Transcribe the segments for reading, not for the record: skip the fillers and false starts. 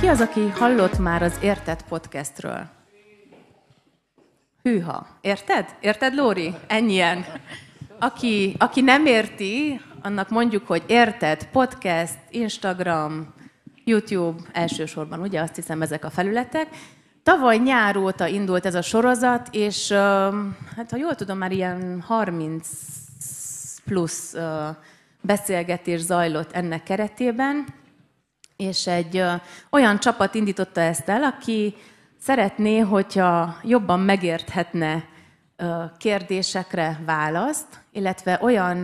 Ki az, aki hallott már az Érted podcastről? Hűha. Érted? Érted, Lóri? Ennyien. Aki nem érti, annak mondjuk, hogy Érted podcast, Instagram, YouTube elsősorban, ugye? Azt hiszem, ezek a felületek. Tavaly nyár óta indult ez a sorozat, és hát ha jól tudom, már ilyen 30 plusz beszélgetés zajlott ennek keretében, és egy olyan csapat indította ezt el, aki szeretné, hogyha jobban megérthetne kérdésekre választ, illetve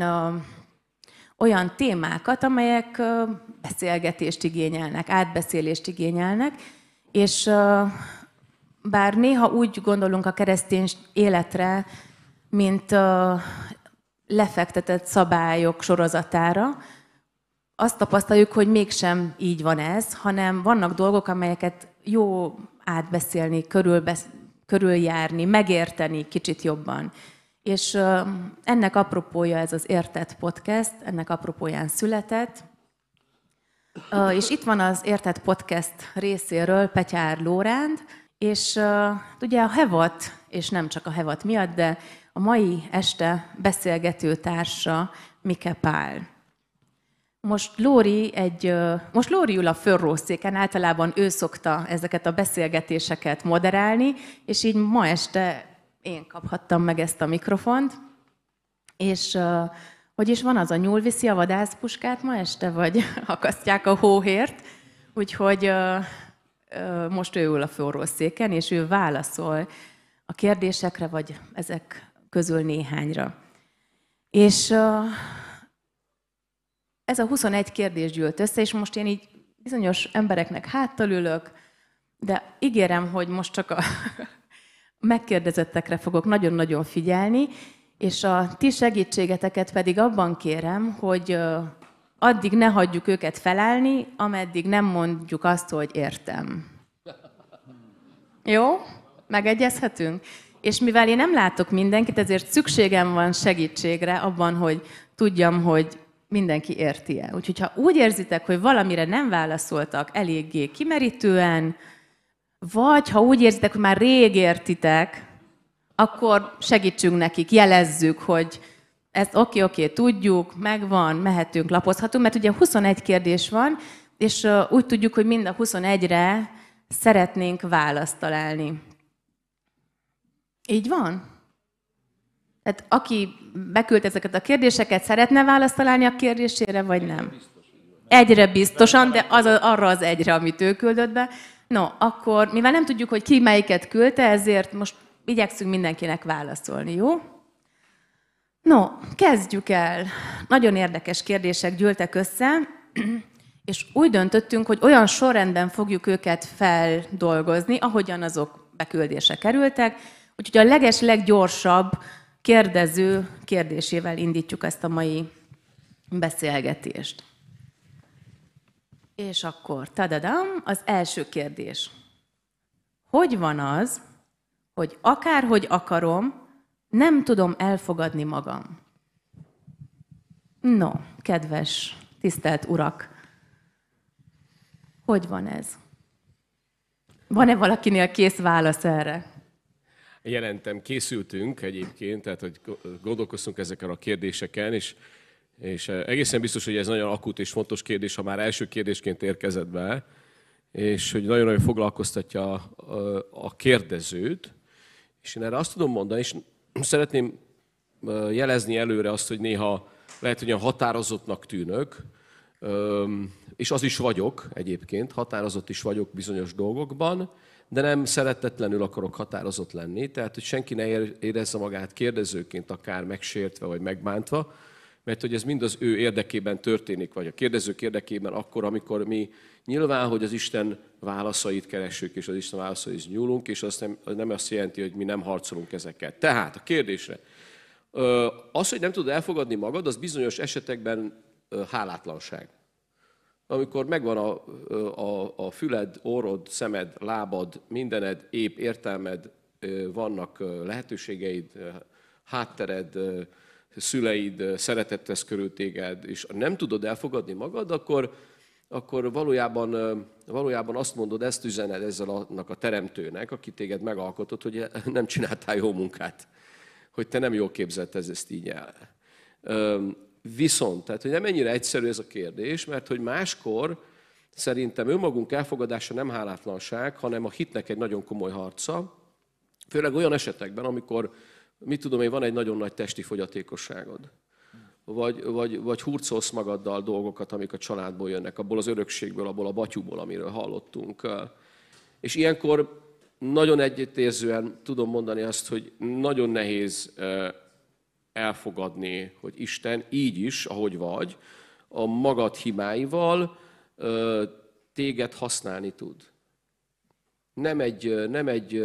olyan témákat, amelyek beszélgetést igényelnek, átbeszélést igényelnek, és bár néha úgy gondolunk a keresztény életre, mint lefektetett szabályok sorozatára, azt tapasztaljuk, hogy mégsem így van ez, hanem vannak dolgok, amelyeket jó átbeszélni, körüljárni, megérteni kicsit jobban. És ennek apropója ez az Érted podcast, ennek apropóján született. És itt van az Érted podcast részéről Petyár Lóránd, és ugye a Hevat, és nem csak a Hevat miatt, de a mai este beszélgető társa Mike Pál. Most Lóri ül a fölrószéken, általában ő szokta ezeket a beszélgetéseket moderálni, és így ma este én kaphattam meg ezt a mikrofont. És hogy is van, az a nyúl viszi a vadászpuskát ma este, vagy akasztják a hóhért? Úgyhogy most ő ül a fölrószéken, és ő válaszol a kérdésekre, vagy ezek közül néhányra. És ez a 21 kérdés gyűlt össze, és most én így bizonyos embereknek háttal ülök, de ígérem, hogy most csak a megkérdezettekre fogok nagyon-nagyon figyelni, és a ti segítségeteket pedig abban kérem, hogy addig ne hagyjuk őket felállni, ameddig nem mondjuk azt, hogy értem. Jó? Megegyezhetünk? És mivel én nem látok mindenkit, ezért szükségem van segítségre abban, hogy tudjam, hogy mindenki érti-e. Úgyhogy ha úgy érzitek, hogy valamire nem válaszoltak eléggé kimerítően, vagy ha úgy érzitek, hogy már rég értitek, akkor segítsünk nekik, jelezzük, hogy ezt oké, tudjuk, megvan, mehetünk, lapozhatunk, mert ugye 21 kérdés van, és úgy tudjuk, hogy mind a 21-re szeretnénk választ találni. Így van? Tehát aki beküld ezeket a kérdéseket, szeretne választ találni a kérdésére, vagy nem? Egyre biztosan, de arra az egyre, amit ő küldött be. No, akkor, mivel nem tudjuk, hogy ki melyiket küldte, ezért most igyekszünk mindenkinek válaszolni, jó? No, kezdjük el. Nagyon érdekes kérdések gyűltek össze, és úgy döntöttünk, hogy olyan sorrendben fogjuk őket feldolgozni, ahogyan azok beküldésre kerültek, úgyhogy a leggyorsabb kérdező kérdésével indítjuk ezt a mai beszélgetést. És akkor, tadadam, az első kérdés. Hogy van az, hogy akárhogy akarom, nem tudom elfogadni magam? No, kedves, tisztelt urak, hogy van ez? Van-e valakinél kész válasz erre? Jelentem, készültünk egyébként, tehát hogy gondolkoztunk ezeken a kérdéseken, és egészen biztos, hogy ez nagyon akut és fontos kérdés, ha már első kérdésként érkezett be, és hogy nagyon-nagyon foglalkoztatja a kérdezőt. És én erre azt tudom mondani, és szeretném jelezni előre azt, hogy néha lehet, hogy olyan határozottnak tűnök, és az is vagyok egyébként, határozott is vagyok bizonyos dolgokban, de nem szeretetlenül akarok határozott lenni, tehát hogy senki ne érezze magát kérdezőként akár megsértve vagy megbántva, mert hogy ez mind az ő érdekében történik, vagy a kérdezők érdekében akkor, amikor mi nyilván, hogy az Isten válaszait keressük, és az Isten válaszait nyúlunk, és az nem azt jelenti, hogy mi nem harcolunk ezekkel. Tehát a kérdésre. Az, hogy nem tudod elfogadni magad, az bizonyos esetekben hálátlanság. Amikor megvan a füled, orrod, szemed, lábad, mindened, épp értelmed, vannak lehetőségeid, háttered, szüleid, szeretet tesz körül téged, és nem tudod elfogadni magad, akkor akkor valójában azt mondod, ezt üzened ezzel annak a teremtőnek, aki téged megalkotott, hogy nem csináltál jó munkát, hogy te nem jól képzelted ezt így el. Viszont, tehát hogy nem ennyire egyszerű ez a kérdés, mert hogy máskor szerintem önmagunk elfogadása nem hálátlanság, hanem a hitnek egy nagyon komoly harca, főleg olyan esetekben, amikor, mit tudom én, van egy nagyon nagy testi fogyatékosságod, vagy hurcolsz magaddal dolgokat, amik a családból jönnek, abból az örökségből, abból a batyúból, amiről hallottunk. És ilyenkor nagyon együttérzően tudom mondani azt, hogy nagyon nehéz elfogadni, hogy Isten így is, ahogy vagy, a magad hibáival téged használni tud. Nem egy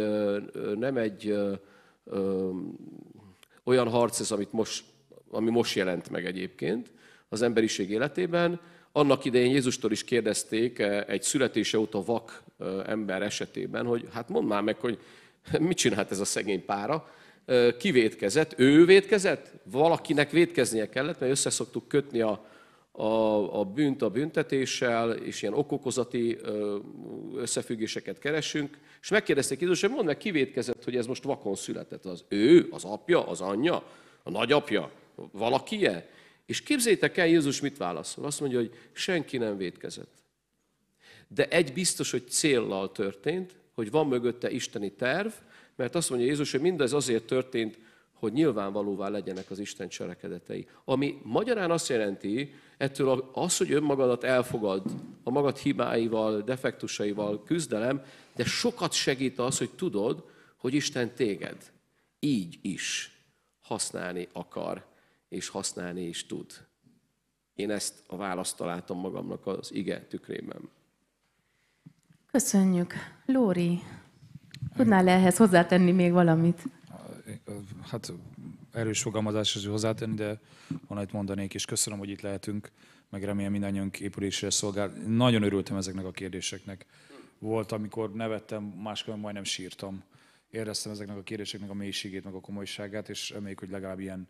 olyan harc ez, ami most jelent meg egyébként az emberiség életében. Annak idején Jézustól is kérdezték egy születése óta vak ember esetében, hogy hát mondd már meg, hogy mit csinált ez a szegény pára. Ki vétkezett? Ő vétkezett? Valakinek vétkeznie kellett, mert összeszoktuk kötni a bűnt a büntetéssel, és ilyen okokozati összefüggéseket keresünk, és megkérdezték Jézus, hogy mondd meg, ki vétkezett, hogy ez most vakon született? Az ő, az apja, az anyja, a nagyapja, valaki-e? És képzeljétek el, Jézus mit válaszol? Azt mondja, hogy senki nem vétkezett. De egy biztos, hogy céllal történt, hogy van mögötte isteni terv, mert azt mondja Jézus, hogy mindez azért történt, hogy nyilvánvalóvá legyenek az Isten cselekedetei. Ami magyarán azt jelenti, ettől az, hogy önmagadat elfogad, a magad hibáival, defektusaival küzdelem, de sokat segít az, hogy tudod, hogy Isten téged így is használni akar, és használni is tud. Én ezt a választ találtam magamnak az ige tükrében. Köszönjük. Lóri, tudnál ehhez hozzátenni még valamit? Hát erős fogalmazáshoz hozzátenni, de valamit mondanék, és köszönöm, hogy itt lehetünk, meg remélem mindannyiunk épülésre szolgál. Nagyon örültem ezeknek a kérdéseknek. Volt, amikor nevettem, máskor majdnem sírtam. Éreztem ezeknek a kérdéseknek a mélységét, meg a komolyságát, és reméljük, hogy legalább ilyen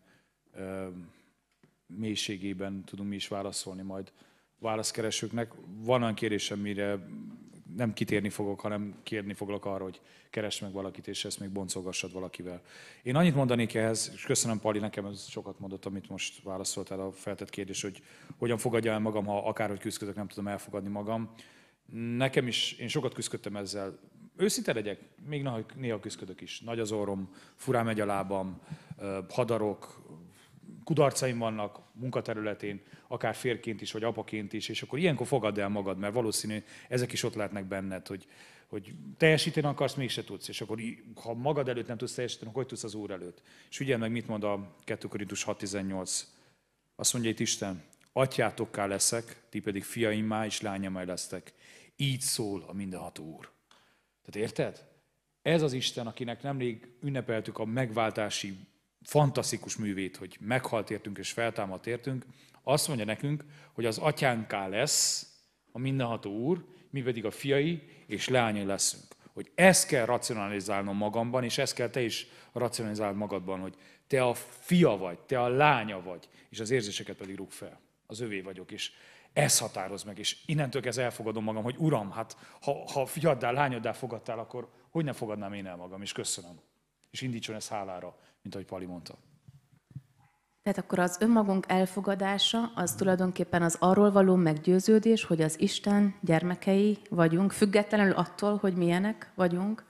mélységében tudunk mi is válaszolni majd válaszkeresőknek. Van olyan kérdésem, mire nem kitérni fogok, hanem kérni foglak arra, hogy keresd meg valakit, és ezt még boncolgassad valakivel. Én annyit mondanék ehhez, és köszönöm, Pali, nekem ez sokat mondott, amit most válaszoltál a feltett kérdés, hogy hogyan fogadja el magam, ha akárhogy küzdök, nem tudom elfogadni magam. Nekem is, én sokat küzdöttem ezzel. Őszinte legyek, még néha küzdök is. Nagy az orrom, furán megy a lábam, hadarok, kudarcaim vannak munkaterületén, akár férként is, vagy apaként is, és akkor ilyenkor fogadd el magad, mert valószínű ezek is ott lehetnek benned, hogy teljesíteni akarsz, mégse tudsz. És akkor ha magad előtt nem tudsz teljesíteni, akkor hogy tudsz az Úr előtt? És figyelj meg, mit mond a 2 Korintus 6.18. Azt mondja itt Isten, atyátokká leszek, ti pedig fiaimmá és lányammá lesztek. Így szól a mindenható Úr. Tehát érted? Ez az Isten, akinek nemrég ünnepeltük a megváltási fantasztikus művét, hogy meghalt értünk és feltámadt értünk, azt mondja nekünk, hogy az atyánká lesz a mindenható Úr, mi pedig a fiai és leányai leszünk. Hogy ezt kell racionalizálnom magamban, és ezt kell te is racionalizálnod magadban, hogy te a fia vagy, te a lánya vagy, és az érzéseket pedig rúg fel. Az övé vagyok, és ez határoz meg, és innentől kezdve elfogadom magam, hogy Uram, hát ha fiaddá, lányoddá fogadtál, akkor hogy ne fogadnám én el magam, és köszönöm. És indítson ez hálára, mint ahogy Pali mondta. Tehát akkor az önmagunk elfogadása az tulajdonképpen az arról való meggyőződés, hogy az Isten gyermekei vagyunk, függetlenül attól, hogy milyenek vagyunk.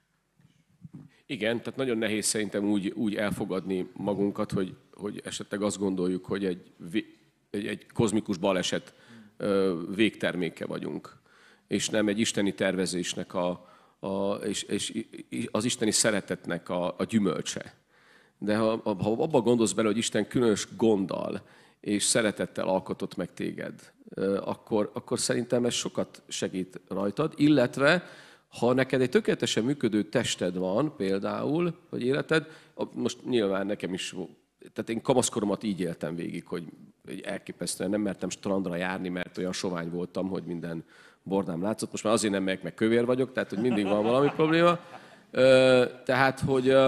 Igen, tehát nagyon nehéz szerintem úgy elfogadni magunkat, hogy esetleg azt gondoljuk, hogy egy kozmikus baleset végterméke vagyunk, és nem egy isteni tervezésnek és az isteni szeretetnek a gyümölcse. De ha abba gondolsz bele, hogy Isten különös gonddal és szeretettel alkotott meg téged, akkor szerintem ez sokat segít rajtad, illetve ha neked egy tökéletesen működő tested van például, vagy életed, most nyilván nekem is, tehát én kamaszkoromat így éltem végig, hogy elképesztően nem mertem strandra járni, mert olyan sovány voltam, hogy minden bordám látszott. Most már azért nem megyek, meg kövér vagyok, tehát hogy mindig van valami probléma. Tehát,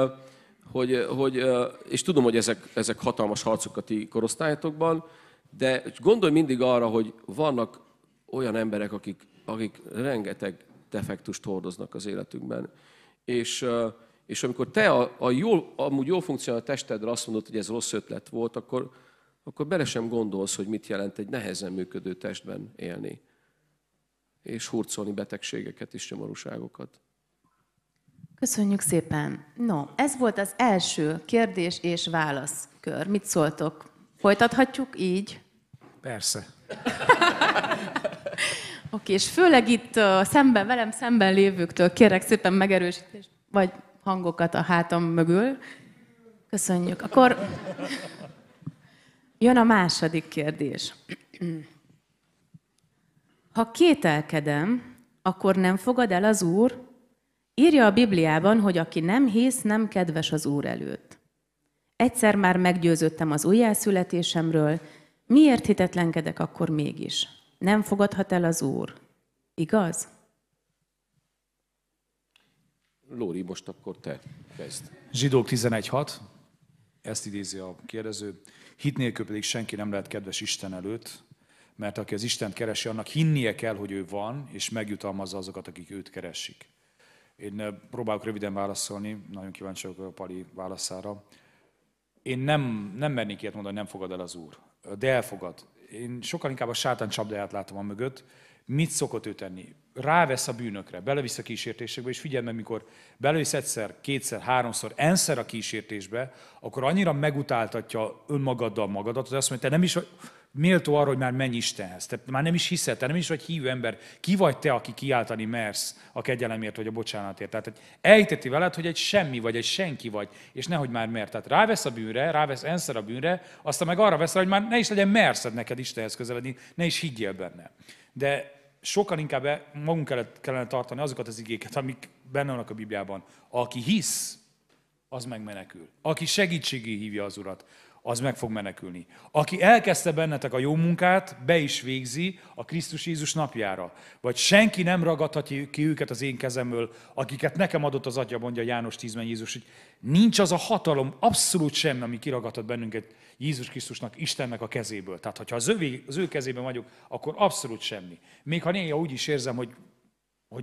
és tudom, hogy ezek hatalmas harcok a ti korosztályatokban, de gondolj mindig arra, hogy vannak olyan emberek, akik rengeteg defektust hordoznak az életükben. És amikor te amúgy jól funkcionáló testedre azt mondod, hogy ez rossz ötlet volt, akkor bele sem gondolsz, hogy mit jelent egy nehezen működő testben élni. És hurcolni betegségeket és nyomorúságokat. Köszönjük szépen. No, ez volt az első kérdés és válaszkör. Mit szóltok? Folytathatjuk így? Persze. Oké, és főleg itt velem szemben lévőktől kérek szépen megerősítést, vagy hangokat a hátam mögül. Köszönjük. Akkor jön a második kérdés. Ha kételkedem, akkor nem fogad el az Úr? Írja a Bibliában, hogy aki nem hisz, nem kedves az Úr előtt. Egyszer már meggyőződtem az újjászületésemről, miért hitetlenkedek akkor mégis? Nem fogadhat el az Úr. Igaz? Lóri, most akkor te kezd. Zsidók 11.6, ezt idézi a kérdező. Hit nélkül pedig senki nem lehet kedves Isten előtt, mert aki az Istent keresi, annak hinnie kell, hogy ő van, és megjutalmazza azokat, akik őt keresik. Én próbálok röviden válaszolni, nagyon kíváncsi vagyok a Pali válaszára. Én nem mernék ilyet mondani, hogy nem fogad el az Úr, de elfogad. Én sokkal inkább a sátán csapdáját látom a mögött. Mit szokott ő tenni? Rávesz a bűnökre, belevisz a kísértésekbe, és figyelj meg, mikor belevisz egyszer, kétszer, háromszor, enszer a kísértésbe, akkor annyira megutáltatja önmagaddal magadat, hogy azt mondja, te nem is vagy méltó arra, hogy már menj Istenhez. Te már nem is hiszel, te nem is vagy hívő ember. Ki vagy te, aki kiáltani mersz a kegyelemért, vagy a bocsánatért? Tehát elhiteti veled, hogy egy semmi vagy, egy senki vagy, és nehogy már mer. Tehát rávesz a bűnre, enszer a bűnre, aztán meg arra vesz rá, hogy már ne is legyen merszed neked Istenhez közeledni, ne is higgyél benne. De sokkal inkább magunk kellene tartani azokat az igéket, amik benne vannak a Bibliában. Aki hisz, az megmenekül. Aki segítségé hívja az Urat, az meg fog menekülni. Aki elkezdte bennetek a jó munkát, be is végzi a Krisztus Jézus napjára. Vagy senki nem ragadhatja ki őket az én kezemből, akiket nekem adott az Atya, mondja János 10-ben Jézus, hogy nincs az a hatalom, abszolút semmi, ami kiragadhat bennünket Jézus Krisztusnak, Istennek a kezéből. Tehát, ha az ő kezében vagyok, akkor abszolút semmi. Még ha néha úgy is érzem, hogy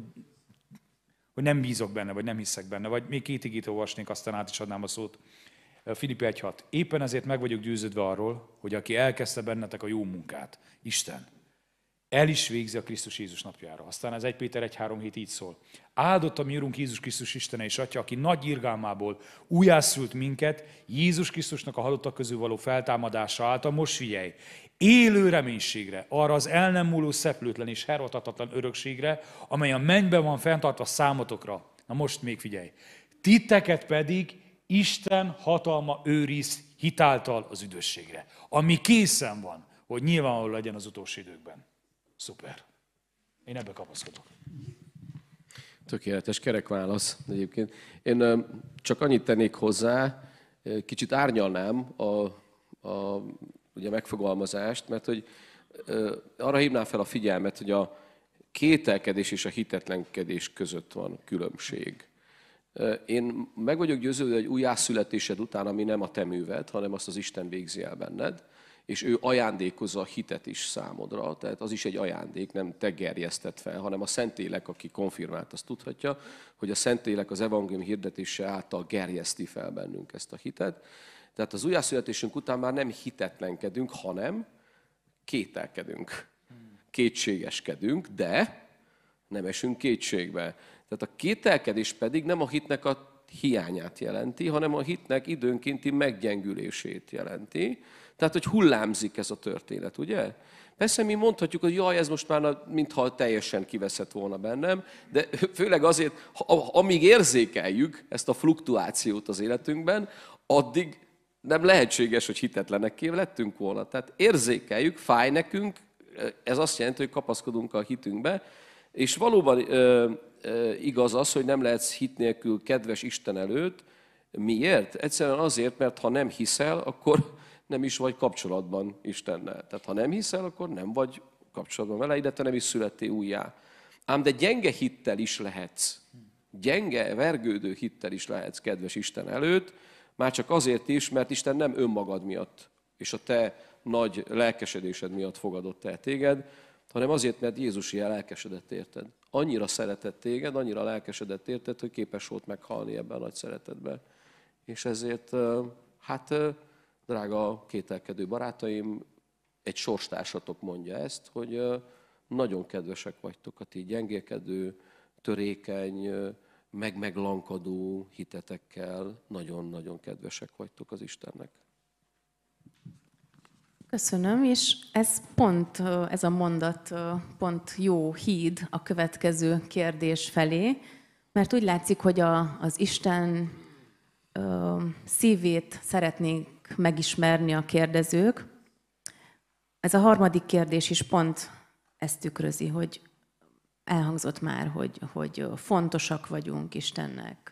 nem bízok benne, vagy nem hiszek benne, vagy még 2 igét olvasnék, aztán át is adnám a szót. Filippi 1.6. Éppen ezért meg vagyok győződve arról, hogy aki elkezdte bennetek a jó munkát, Isten, el is végzi a Krisztus Jézus napjára. Aztán az 1 Péter 1.3.7 így szól. Áldott a mi Urunk Jézus Krisztus Istene és Atya, aki nagy irgalmából újjászült minket, Jézus Krisztusnak a halottak közül való feltámadása által, most figyelj, élő reménységre, arra az el nem múló szeplőtlen és hervatatlan örökségre, amely a mennyben van fenntartva számotokra. Na most még figyelj. Titeket pedig Isten hatalma őriz hitáltal az üdvösségre, ami készen van, hogy nyilvánvaló legyen az utolsó időkben. Szuper. Én ebbe kapaszkodok. Tökéletes, kerek válasz egyébként. Én csak annyit tennék hozzá, kicsit árnyalnám ugye megfogalmazást, mert hogy arra hívnám fel a figyelmet, hogy a kételkedés és a hitetlenkedés között van különbség. Én meg vagyok győződve, hogy újjászületésed után, ami nem a te műved, hanem azt az Isten végzi el benned, és ő ajándékozza a hitet is számodra, tehát az is egy ajándék, nem te gerjeszted fel, hanem a Szentlélek, aki konfirmált, azt tudhatja, hogy a Szentlélek az evangélium hirdetése által gerjeszti fel bennünk ezt a hitet. Tehát az újjászületésünk után már nem hitetlenkedünk, hanem kételkedünk, kétségeskedünk, de nem esünk kétségbe. Tehát a kételkedés pedig nem a hitnek a hiányát jelenti, hanem a hitnek időnkénti meggyengülését jelenti. Tehát, hogy hullámzik ez a történet, ugye? Persze mi mondhatjuk, hogy jaj, ez most már mintha teljesen kiveszett volna bennem, de főleg azért, amíg érzékeljük ezt a fluktuációt az életünkben, addig nem lehetséges, hogy hitetlenekké lettünk volna. Tehát érzékeljük, fáj nekünk, ez azt jelenti, hogy kapaszkodunk a hitünkbe, és valóban igaz az, hogy nem lehetsz hit nélkül kedves Isten előtt. Miért? Egyszerűen azért, mert ha nem hiszel, akkor nem is vagy kapcsolatban Istennel. Tehát ha nem hiszel, akkor nem vagy kapcsolatban vele, illetve nem is születtél újjá. Ám de gyenge hittel is lehetsz. Gyenge, vergődő hittel is lehetsz kedves Isten előtt, már csak azért is, mert Isten nem önmagad miatt, és a te nagy lelkesedésed miatt fogadott el téged, hanem azért, mert Jézus ilyen lelkesedett érted. Annyira szeretett téged, annyira lelkesedett érted, hogy képes volt meghalni ebben a nagy szeretetben. És ezért, hát, drága kételkedő barátaim, egy sorstársatok mondja ezt, hogy nagyon kedvesek vagytok a ti gyengélkedő, törékeny, meglankadó hitetekkel. Nagyon-nagyon kedvesek vagytok az Istennek. Köszönöm, és ez a mondat pont jó híd a következő kérdés felé, mert úgy látszik, hogy az Isten szívét szeretnék megismerni a kérdezők. Ez a harmadik kérdés is pont ezt tükrözi, hogy elhangzott már, hogy fontosak vagyunk Istennek,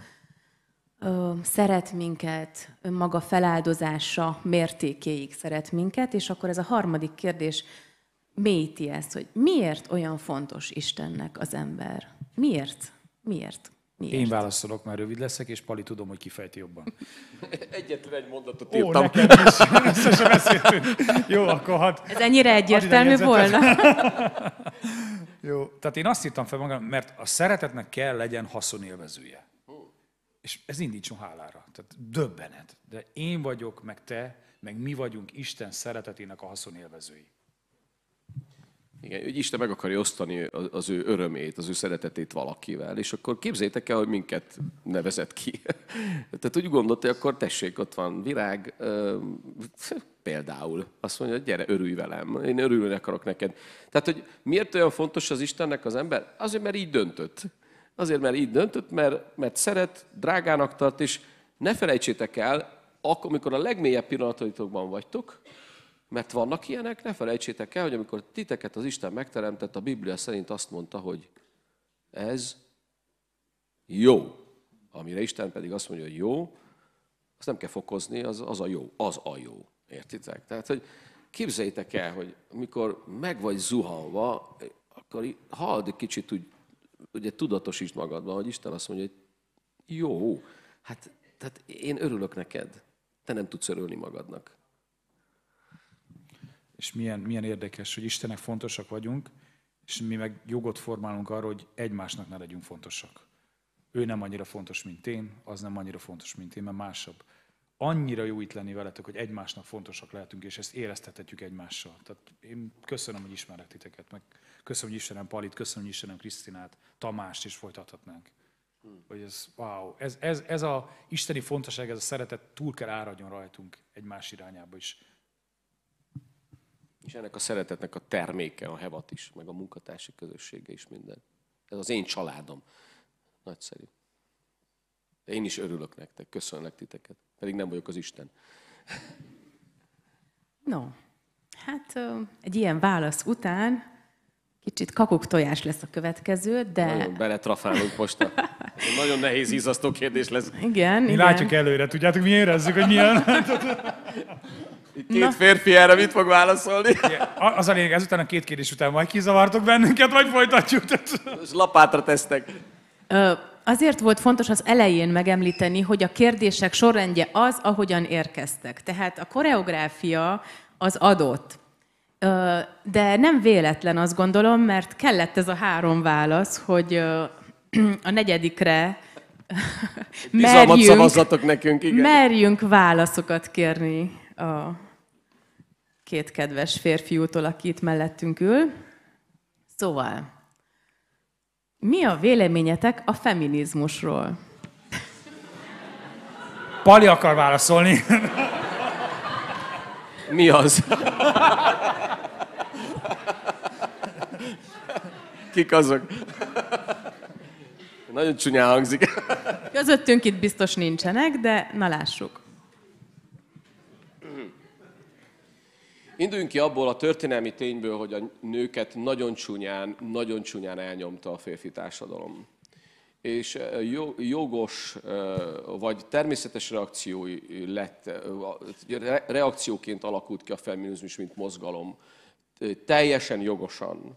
szeret minket, önmaga feláldozása mértékéig szeret minket, és akkor ez a harmadik kérdés mélyíti ezt, hogy miért olyan fontos Istennek az ember? Miért? Én válaszolok, mert rövid leszek, és Pali tudom, hogy kifejti jobban. Egyetlen egy mondatot írtam. Neked is. Összesen beszéltünk. Jó, akkor Ez ennyire egyértelmű volna? Jó, tehát én azt írtam fel magam, mert a szeretetnek kell legyen haszonélvezője. És ez indítson hálára. Tehát döbbenet. De én vagyok, meg te, meg mi vagyunk Isten szeretetének a haszonélvezői. Igen, hogy Isten meg akarja osztani az ő örömét, az ő szeretetét valakivel, és akkor képzeljétek el, hogy minket nevezett ki. Tehát úgy gondolta, hogy akkor tessék, ott van virág, például. Azt mondja, hogy gyere, örülj velem, én örülni akarok neked. Tehát, hogy miért olyan fontos az Istennek az ember? Azért, mert így döntött. Azért, mert így döntött, mert szeret, drágának tart, és ne felejtsétek el, akkor, amikor a legmélyebb pillanataitokban vagytok, mert vannak ilyenek, ne felejtsétek el, hogy amikor titeket az Isten megteremtett, a Biblia szerint azt mondta, hogy ez jó. Amire Isten pedig azt mondja, hogy jó, azt nem kell fokozni, az a jó. Az a jó. Értitek? Tehát, hogy képzeljétek el, hogy amikor meg vagy zuhanva, akkor halld egy kicsit úgy, ugye tudatosítsd magadban, hogy Isten azt mondja, hogy jó, hát tehát én örülök neked, te nem tudsz örülni magadnak. És milyen érdekes, hogy Istennek fontosak vagyunk, és mi meg jogot formálunk arra, hogy egymásnak ne legyünk fontosak. Ő nem annyira fontos, mint én, az nem annyira fontos, mint én, mert másabb. Annyira jó itt lenni veletek, hogy egymásnak fontosak lehetünk, és ezt éreztethetjük egymással. Tehát én köszönöm, hogy ismerek titeket, meg köszönöm, hogy Istenem Palit, köszönöm, hogy Istenem Krisztinát, Tamást, és folytathatnánk. Hogy ez, wow, ez a isteni fontosság, ez a szeretet túl kell áradjon rajtunk egymás irányába is. És ennek a szeretetnek a terméke, a hevat is, meg a munkatársi közössége is minden. Ez az én családom. Nagyszerű. De én is örülök nektek, köszönlek titeket. Pedig nem vagyok az Isten. No, hát egy ilyen válasz után kicsit kakuktojás lesz a következő, de... Nagyon beletrafálunk most. Nagyon nehéz, izzasztó kérdés lesz. Igen, Mi látjuk előre, tudjátok, mi érezzük, hogy milyen... Két férfi erre mit fog válaszolni? Az a lényeg, ezután a két kérdés után majd kizavartok bennünket, vagy folytatjuk. És lapátra tesztek. Azért volt fontos az elején megemlíteni, hogy a kérdések sorrendje az, ahogyan érkeztek. Tehát a koreográfia az adott. De nem véletlen, azt gondolom, mert kellett ez a 3 válasz, hogy a negyedikre szavazzatok nekünk, igen. merjünk válaszokat kérni a 2 kedves férfiútól, aki itt mellettünk ül. Szóval, mi a véleményetek a feminizmusról? Pali akar válaszolni. Mi az? Kik azok? Nagyon csúnyán hangzik. Közöttünk itt biztos nincsenek, de na lássuk. Induljunk ki abból a történelmi tényből, hogy a nőket nagyon csúnyán elnyomta a férfi társadalom. És jogos vagy természetes reakcióként alakult ki a feminizmus, mint mozgalom. Teljesen jogosan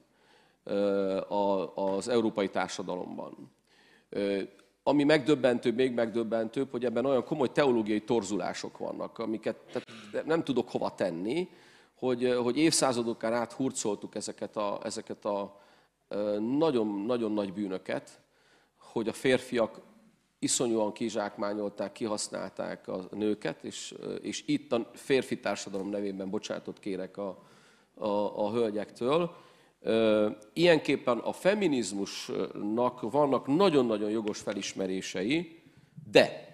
az európai társadalomban. Ami megdöbbentőbb, még megdöbbentőbb, hogy ebben olyan komoly teológiai torzulások vannak, amiket nem tudok hova tenni, hogy évszázadokon át hurcoltuk ezeket a nagyon-nagyon nagy bűnöket, hogy a férfiak iszonyúan kizsákmányolták, kihasználták a nőket, és itt a férfi társadalom nevében bocsánatot kérek a hölgyektől. Ilyenképpen a feminizmusnak vannak nagyon-nagyon jogos felismerései, de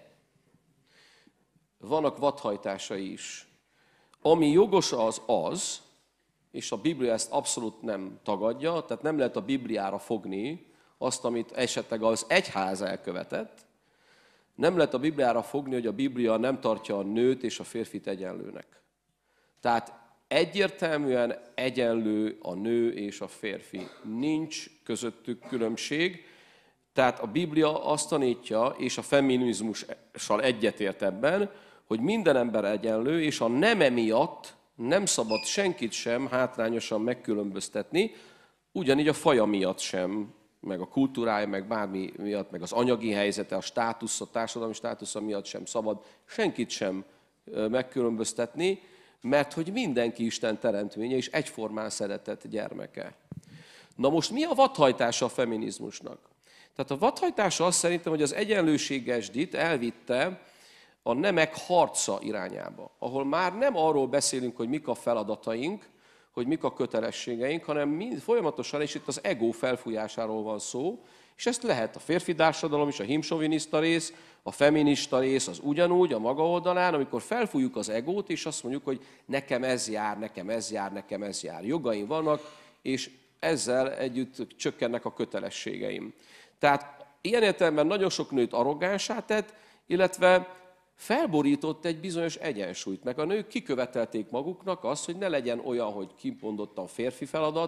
vannak vadhajtásai is. Ami jogos az, és a Biblia ezt abszolút nem tagadja, tehát nem lehet a Bibliára fogni azt, amit esetleg az egyház elkövetett, nem lehet a Bibliára fogni, hogy a Biblia nem tartja a nőt és a férfit egyenlőnek. Tehát egyértelműen egyenlő a nő és a férfi. Nincs közöttük különbség. Tehát a Biblia azt tanítja, és a feminizmussal egyetért ebben, hogy minden ember egyenlő, és a neme miatt nem szabad senkit sem hátrányosan megkülönböztetni, ugyanígy a faja miatt sem, meg a kultúrája, meg bármi miatt, meg az anyagi helyzete, a státusz, a társadalmi státusza miatt sem szabad senkit sem megkülönböztetni, mert hogy mindenki Isten teremtménye, és egyformán szeretett gyermeke. Na most mi a vadhajtása a feminizmusnak? Tehát a vadhajtása azt szerintem, hogy az egyenlőségesdit elvitte a nemek harca irányába, ahol már nem arról beszélünk, hogy mik a feladataink, hogy mik a kötelességeink, hanem folyamatosan, és itt az ego felfújásáról van szó, és ezt lehet a férfi társadalom is, a himsoviniszta rész, a feminista rész az ugyanúgy a maga oldalán, amikor felfújjuk az egót, és azt mondjuk, hogy nekem ez jár, nekem ez jár, nekem ez jár. Jogaim vannak, és ezzel együtt csökkennek a kötelességeim. Tehát ilyen értelemben nagyon sok nőt arrogánsá tett, illetve felborított egy bizonyos egyensúlyt, meg a nők kikövetelték maguknak azt, hogy ne legyen olyan, hogy kimondottan férfi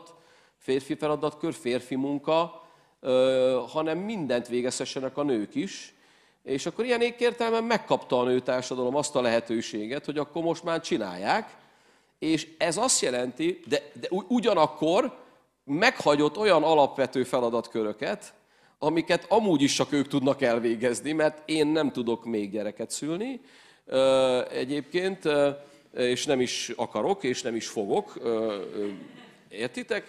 feladatkör, férfi munka, hanem mindent végezhessenek a nők is. És akkor ilyen értelemben megkapta a nőtársadalom azt a lehetőséget, hogy akkor most már csinálják, és ez azt jelenti, de ugyanakkor meghagyott olyan alapvető feladatköröket, amiket amúgy is csak ők tudnak elvégezni, mert én nem tudok még gyereket szülni egyébként, és nem is akarok, és nem is fogok, értitek?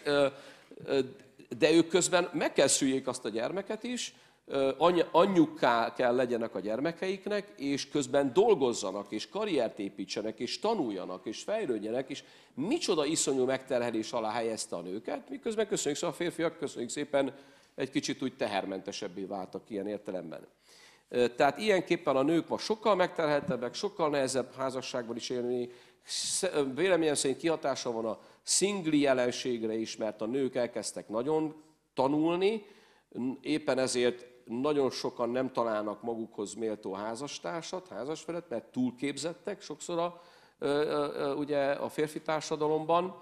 De ők közben meg kell szüljék azt a gyermeket is, anyjukká kell legyenek a gyermekeiknek, és közben dolgozzanak, és karriert építsenek, és tanuljanak, és fejlődjenek, és micsoda iszonyú megterhelés alá helyezte a nőket, miközben köszönjük szépen a férfiak, köszönjük szépen, egy kicsit úgy tehermentesebbé váltak ilyen értelemben. Tehát ilyenképpen a nők ma sokkal megterheltebbek, sokkal nehezebb házasságban is élni. Véleményem szerint kihatása van a szingli jelenségre is, mert a nők elkezdtek nagyon tanulni, éppen ezért nagyon sokan nem találnak magukhoz méltó házastársat, házasfelet, mert túlképzettek sokszor ugye a férfi társadalomban,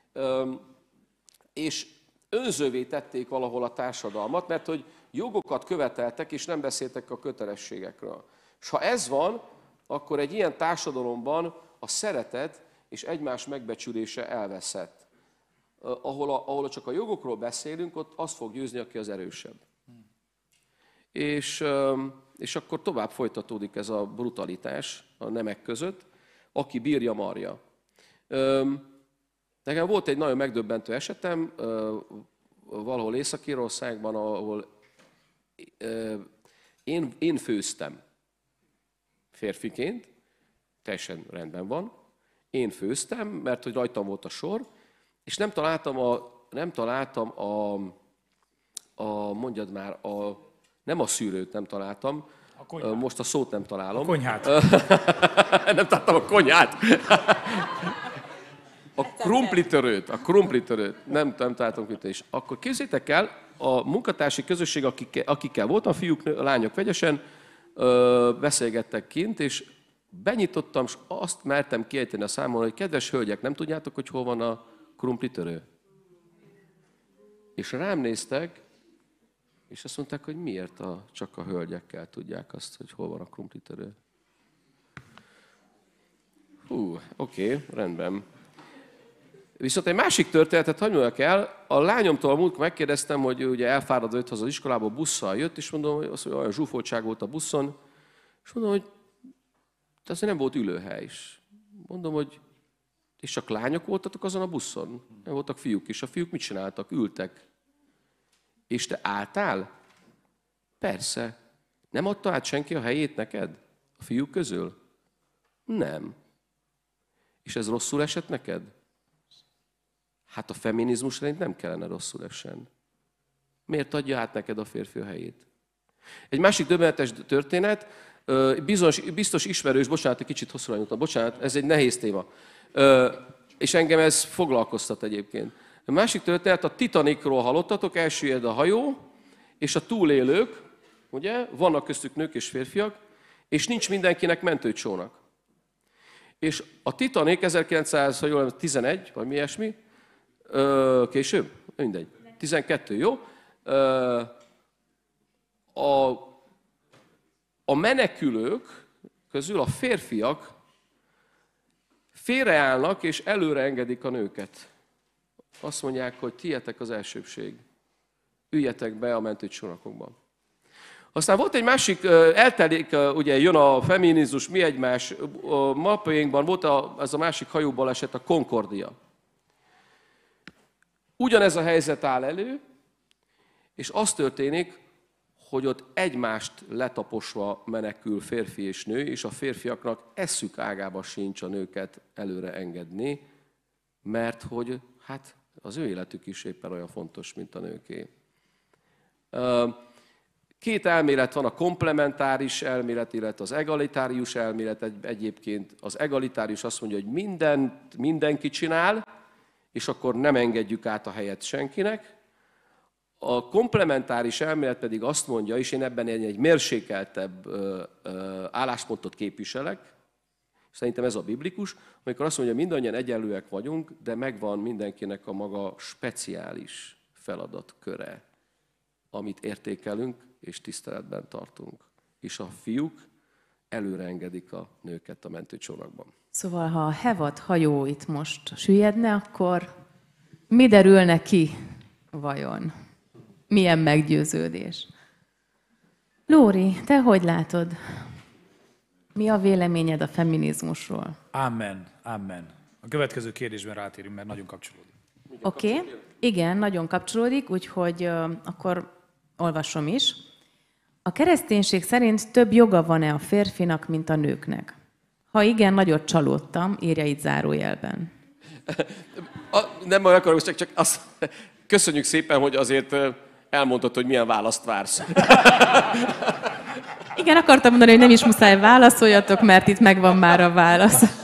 és önzővé tették valahol a társadalmat, mert hogy jogokat követeltek, és nem beszéltek a kötelességekről. És ha ez van, akkor egy ilyen társadalomban a szeretet és egymás megbecsülése elveszett. Ahol csak a jogokról beszélünk, ott az fog győzni, aki az erősebb. És akkor tovább folytatódik ez a brutalitás a nemek között, aki bírja, marja. Nekem volt egy nagyon megdöbbentő esetem, valahol Észak-Írországban, ahol én főztem férfiként, teljesen rendben van, én főztem, mert hogy rajtam volt a sor, és nem találtam mondjad már, nem a szűrőt nem találtam, most a szót nem találom. A konyhát. Nem találtam a konyhát. A krumplitörőt. Nem találtam itt is. Akkor képzeljétek el, a munkatársi közösség, akikkel voltam, fiúk, lányok vegyesen, beszélgettek kint, és benyitottam, és azt mertem kiejteni a számon, hogy kedves hölgyek, nem tudjátok, hogy hol van a krumplitörő? És rám néztek, és azt mondták, hogy miért csak a hölgyekkel tudják azt, hogy hol van a krumplitörő. Oké, rendben. Viszont egy másik történetet hadd mondjak el, a lányomtól a múltkor megkérdeztem, hogy ugye elfáradva jött haza az iskolából, busszal jött, és mondom, hogy olyan zsúfoltság volt a buszon, és mondom, hogy azért nem volt ülőhely is. Mondom, hogy És csak lányok voltatok azon a buszon? Nem voltak fiúk is. A fiúk mit csináltak? Ültek. És te álltál? Persze. Nem adta át senki a helyét neked? A fiúk közül? Nem. És ez rosszul esett neked? Hát a feminizmus szerint nem kellene rosszul essen. Miért adja át neked a férfi a helyét? Egy másik döbbenetes történet, biztos ismerős, bocsánat, egy kicsit hosszúra nyújtam, bocsánat, ez egy nehéz téma. És engem ez foglalkoztat egyébként. A másik történet, a Titanicról hallottatok, elsüllyed a hajó, és a túlélők, ugye, vannak köztük nők és férfiak, és nincs mindenkinek mentőcsónak. És a Titanic 1911, vagy mi ilyesmi, később? Mindegy. 12, jó? A menekülők közül a férfiak félreállnak és előre engedik a nőket. Azt mondják, hogy tietek az elsőbség. Üljetek be a mentőcsónakokban. Aztán volt egy másik, eltelik, ugye jön a feminizmus, mi egymás, a napjainkban volt ez a másik hajóbaleset, a Concordia. Ugyanez a helyzet áll elő, és az történik, hogy ott egymást letaposva menekül férfi és nő, és a férfiaknak eszük ágába sincs a nőket előre engedni, mert hogy hát az ő életük is éppen olyan fontos, mint a nőké. Két elmélet van, a komplementáris elmélet, illetve az egalitárius elmélet. Egyébként az egalitárius azt mondja, hogy mindent mindenki csinál, és akkor nem engedjük át a helyet senkinek. A komplementáris elmélet pedig azt mondja, és én ebben egy mérsékeltebb álláspontot képviselek, szerintem ez a biblikus, amikor azt mondja, hogy mindannyian egyenlőek vagyunk, de megvan mindenkinek a maga speciális feladatköre, amit értékelünk és tiszteletben tartunk. És a fiúk előre engedik a nőket a mentőcsónakban. Szóval, ha a hevad hajó itt most süllyedne, akkor mi derülne ki vajon? Milyen meggyőződés? Lóri, te hogy látod? Mi a véleményed a feminizmusról? Amen, amen. A következő kérdésben rátérünk, mert nagyon kapcsolódik. Oké, igen, nagyon kapcsolódik, úgyhogy akkor olvasom is. A kereszténység szerint több joga van-e a férfinak, mint a nőknek? Ha igen, nagyot csalódtam, írja itt zárójelben. Nem akarok, csak azt köszönjük szépen, hogy azért elmondtad, hogy milyen választ vársz. Igen, akartam mondani, hogy nem is muszáj válaszoljatok, mert itt megvan már a válasz.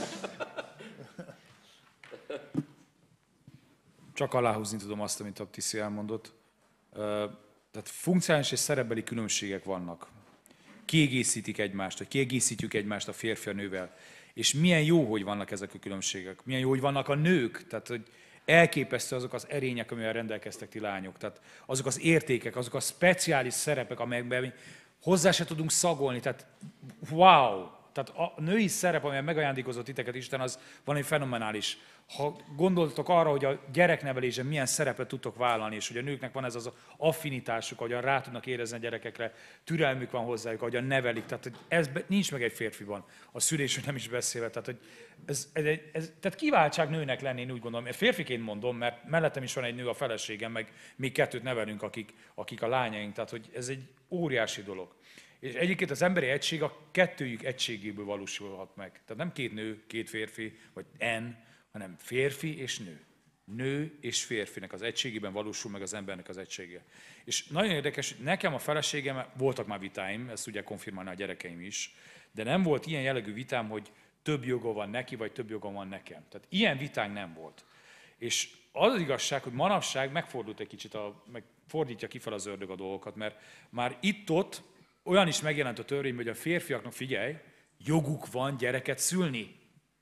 Csak aláhúzni tudom azt, amit a Tiszi elmondott. Tehát funkcionális és szerepbeli különbségek vannak. Kiegészítik egymást, vagy kiegészítjük egymást a férfi a nővel. És milyen jó, hogy vannak ezek a különbségek. Milyen jó, hogy vannak a nők. Tehát, hogy elképesztő azok az erények, amivel rendelkeztek ti lányok. Tehát azok az értékek, azok a speciális szerepek, amelyekben hozzá se tudunk szagolni. Tehát wow! Tehát a női szerep, amivel megajándékozott titeket Isten, az valami fenomenális. Ha gondoltok arra, hogy a gyereknevelésben milyen szerepet tudtok vállalni, és hogy a nőknek van ez az affinitásuk, ahogyan rá tudnak érezni a gyerekekre, türelmük van hozzájuk, ahogyan nevelik. Tehát hogy ez nincs meg egy férfiban. A szülésről nem is beszélve. Tehát, hogy tehát kiváltság nőnek lenni, én úgy gondolom. Én férfiként mondom, mert mellettem is van egy nő, a feleségem, meg még kettőt nevelünk, akik a lányaink. Tehát, hogy ez egy óriási dolog. És egyébként az emberi egység a kettőjük egységéből valósulhat meg. Tehát nem két nő, két férfi, vagy hanem férfi és nő. Nő és férfinek az egységében valósul meg az embernek az egysége. És nagyon érdekes, hogy nekem a feleségem, voltak már vitáim, ezt ugye konfirmálni a gyerekeim is, de nem volt ilyen jellegű vitám, hogy több joga van neki, vagy több joga van nekem. Tehát ilyen vitánk nem volt. És az az igazság, hogy manapság megfordult egy kicsit, meg fordítja kifel az ördög a dolgokat, mert már itt-ott olyan is megjelent a törvényben, hogy a férfiaknak, figyelj, joguk van gyereket szülni.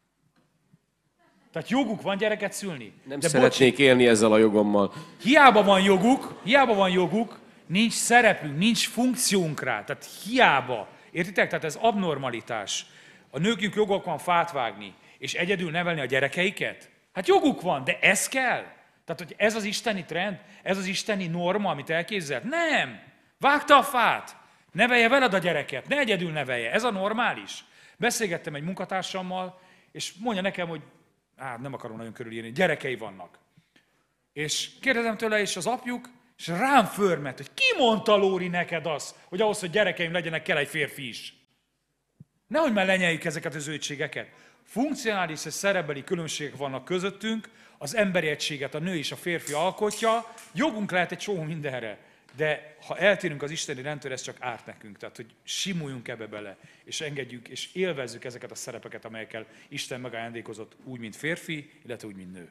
Tehát joguk van gyereket szülni. Nem szeretnék élni ezzel a jogommal. Hiába van joguk, nincs szerepünk, nincs funkciónk rá. Tehát hiába. Értitek? Tehát ez abnormalitás. A nőkünk jogok van fát vágni, és egyedül nevelni a gyerekeiket. Hát joguk van, de ez kell. Tehát, hogy ez az isteni trend, ez az isteni norma, amit elképzelt? Nem! Vágta a fát! Nevelje veled a gyereket, ne egyedül nevelje. Ez a normális. Beszélgettem egy munkatársammal, és mondja nekem, hogy nem akarom nagyon körülírni, gyerekei vannak. És kérdezem tőle, és az apjuk, és rám förmet, hogy ki mondta, Lóri, neked azt, hogy ahhoz, hogy gyerekeim legyenek, kell egy férfi is. Nehogy már lenyeljük ezeket az őtségeket. Funkcionális és szerepbeli különbségek vannak közöttünk, az emberi egységet a nő és a férfi alkotja, jogunk lehet egy csomó mindenre, de ha eltérünk az isteni rendtől, ez csak árt nekünk. Tehát, hogy simuljunk ebbe bele, és engedjük, és élvezzük ezeket a szerepeket, amelyekkel Isten megajándékozott úgy, mint férfi, illetve úgy, mint nő.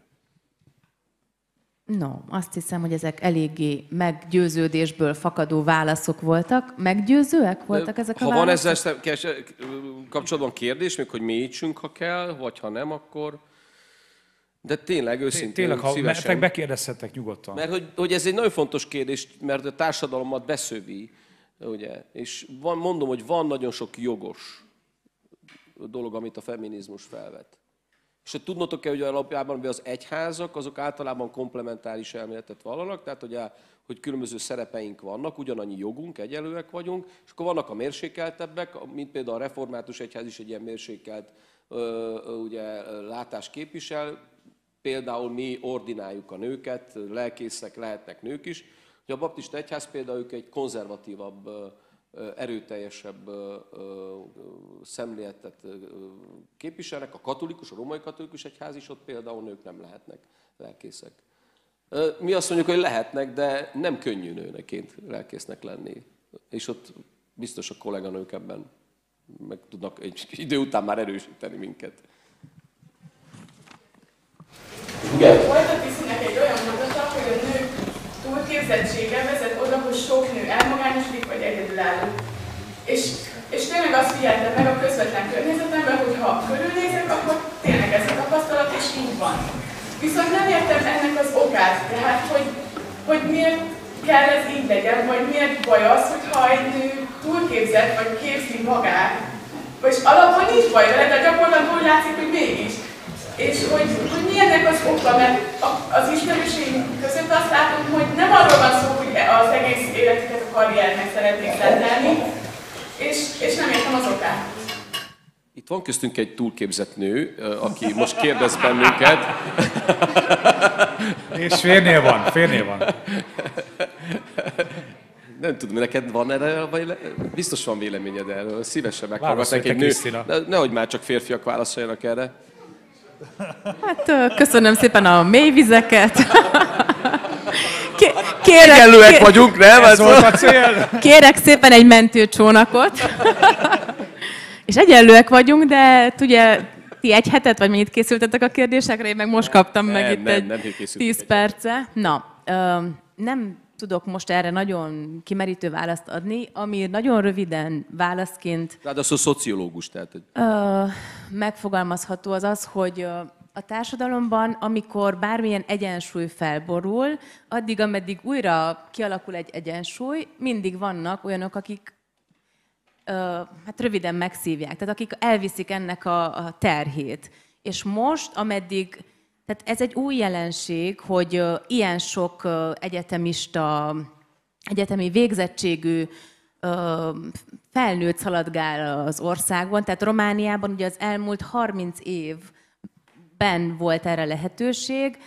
No, azt hiszem, hogy ezek eléggé meggyőződésből fakadó válaszok voltak. Meggyőzőek voltak ezek a válaszok? Ha van ezzel kapcsolatban kérdés, még hogy mélyítsünk, ha kell, vagy ha nem, akkor... De tényleg, őszintén, tényleg, ha szívesen. bekérdezhettek nyugodtan. Mert hogy ez egy nagyon fontos kérdés, mert a társadalomat beszövi, ugye? És mondom, hogy van nagyon sok jogos dolog, amit a feminizmus felvet. És hogy tudnotok kell, hogy alapjában az egyházak, azok általában komplementáris elméletet vallanak, tehát hogy különböző szerepeink vannak, ugyanannyi jogunk, egyenlőek vagyunk, és akkor vannak a mérsékeltebbek, mint például a református egyház is egy ilyen mérsékelt ugye, látást képvisel. Például mi ordináljuk a nőket, lelkészek lehetnek nők is. Ugye a baptista egyház például ők egy konzervatívabb, erőteljesebb szemléletet képviselnek. A katolikus, a római katolikus egyház is, ott például nők nem lehetnek lelkészek. Mi azt mondjuk, hogy lehetnek, de nem könnyű nőneként lelkésznek lenni. És ott biztos a kolléganők ebben meg tudnak egy idő után már erősíteni minket. Volt a Tiszinek egy olyan mondata, hogy a nők túlképzettsége vezet oda, hogy sok nő elmagányosodik vagy egyedülálló. És tényleg azt figyeltem meg a közvetlen környezetemben, hogy ha körülnézek, akkor tényleg ez a tapasztalat, és így van. Viszont nem értem ennek az okát, tehát hogy miért kell ez így legyen, vagy miért baj az, hogyha egy nő túlképzett, vagy képzi magát. Vagyis alapban nincs baj vele, de gyakorlatban úgy látszik, hogy mégis. És hogy mi ennek az oka, mert az ismerőségünk között azt látom, hogy nem arról van szó, hogy az egész életüket a karriernek szeretnék szentelni, és nem értem az okát. Itt van köztünk egy túlképzett nő, aki most kérdez bennünket. És férnél van. Nem tudom, neked van erre, vagy biztos van véleményed erről, szívesen meghallgatnak egy nő. Nehogy már csak férfiak válaszoljanak erre. Hát köszönöm szépen a mély vizeket. Egyenlőek vagyunk, nem? Ez volt a cél. Kérek szépen egy mentőcsónakot. És egyenlőek vagyunk, de ugye ti egy hetet, vagy mennyit készültetek a kérdésekre, én meg most kaptam meg itt egy 10 perce. Na, nem tudok most erre nagyon kimerítő választ adni, ami nagyon röviden válaszként... Ráadásul szociológus, tehát... megfogalmazható az az, hogy a társadalomban, amikor bármilyen egyensúly felborul, addig, ameddig újra kialakul egy egyensúly, mindig vannak olyanok, akik hát röviden megszívják, tehát akik elviszik ennek a terhét. És most, ameddig, tehát ez egy új jelenség, hogy ilyen sok egyetemista, egyetemi végzettségű felnőtt szaladgál az országban, tehát Romániában ugye az elmúlt 30 évben volt erre lehetőség,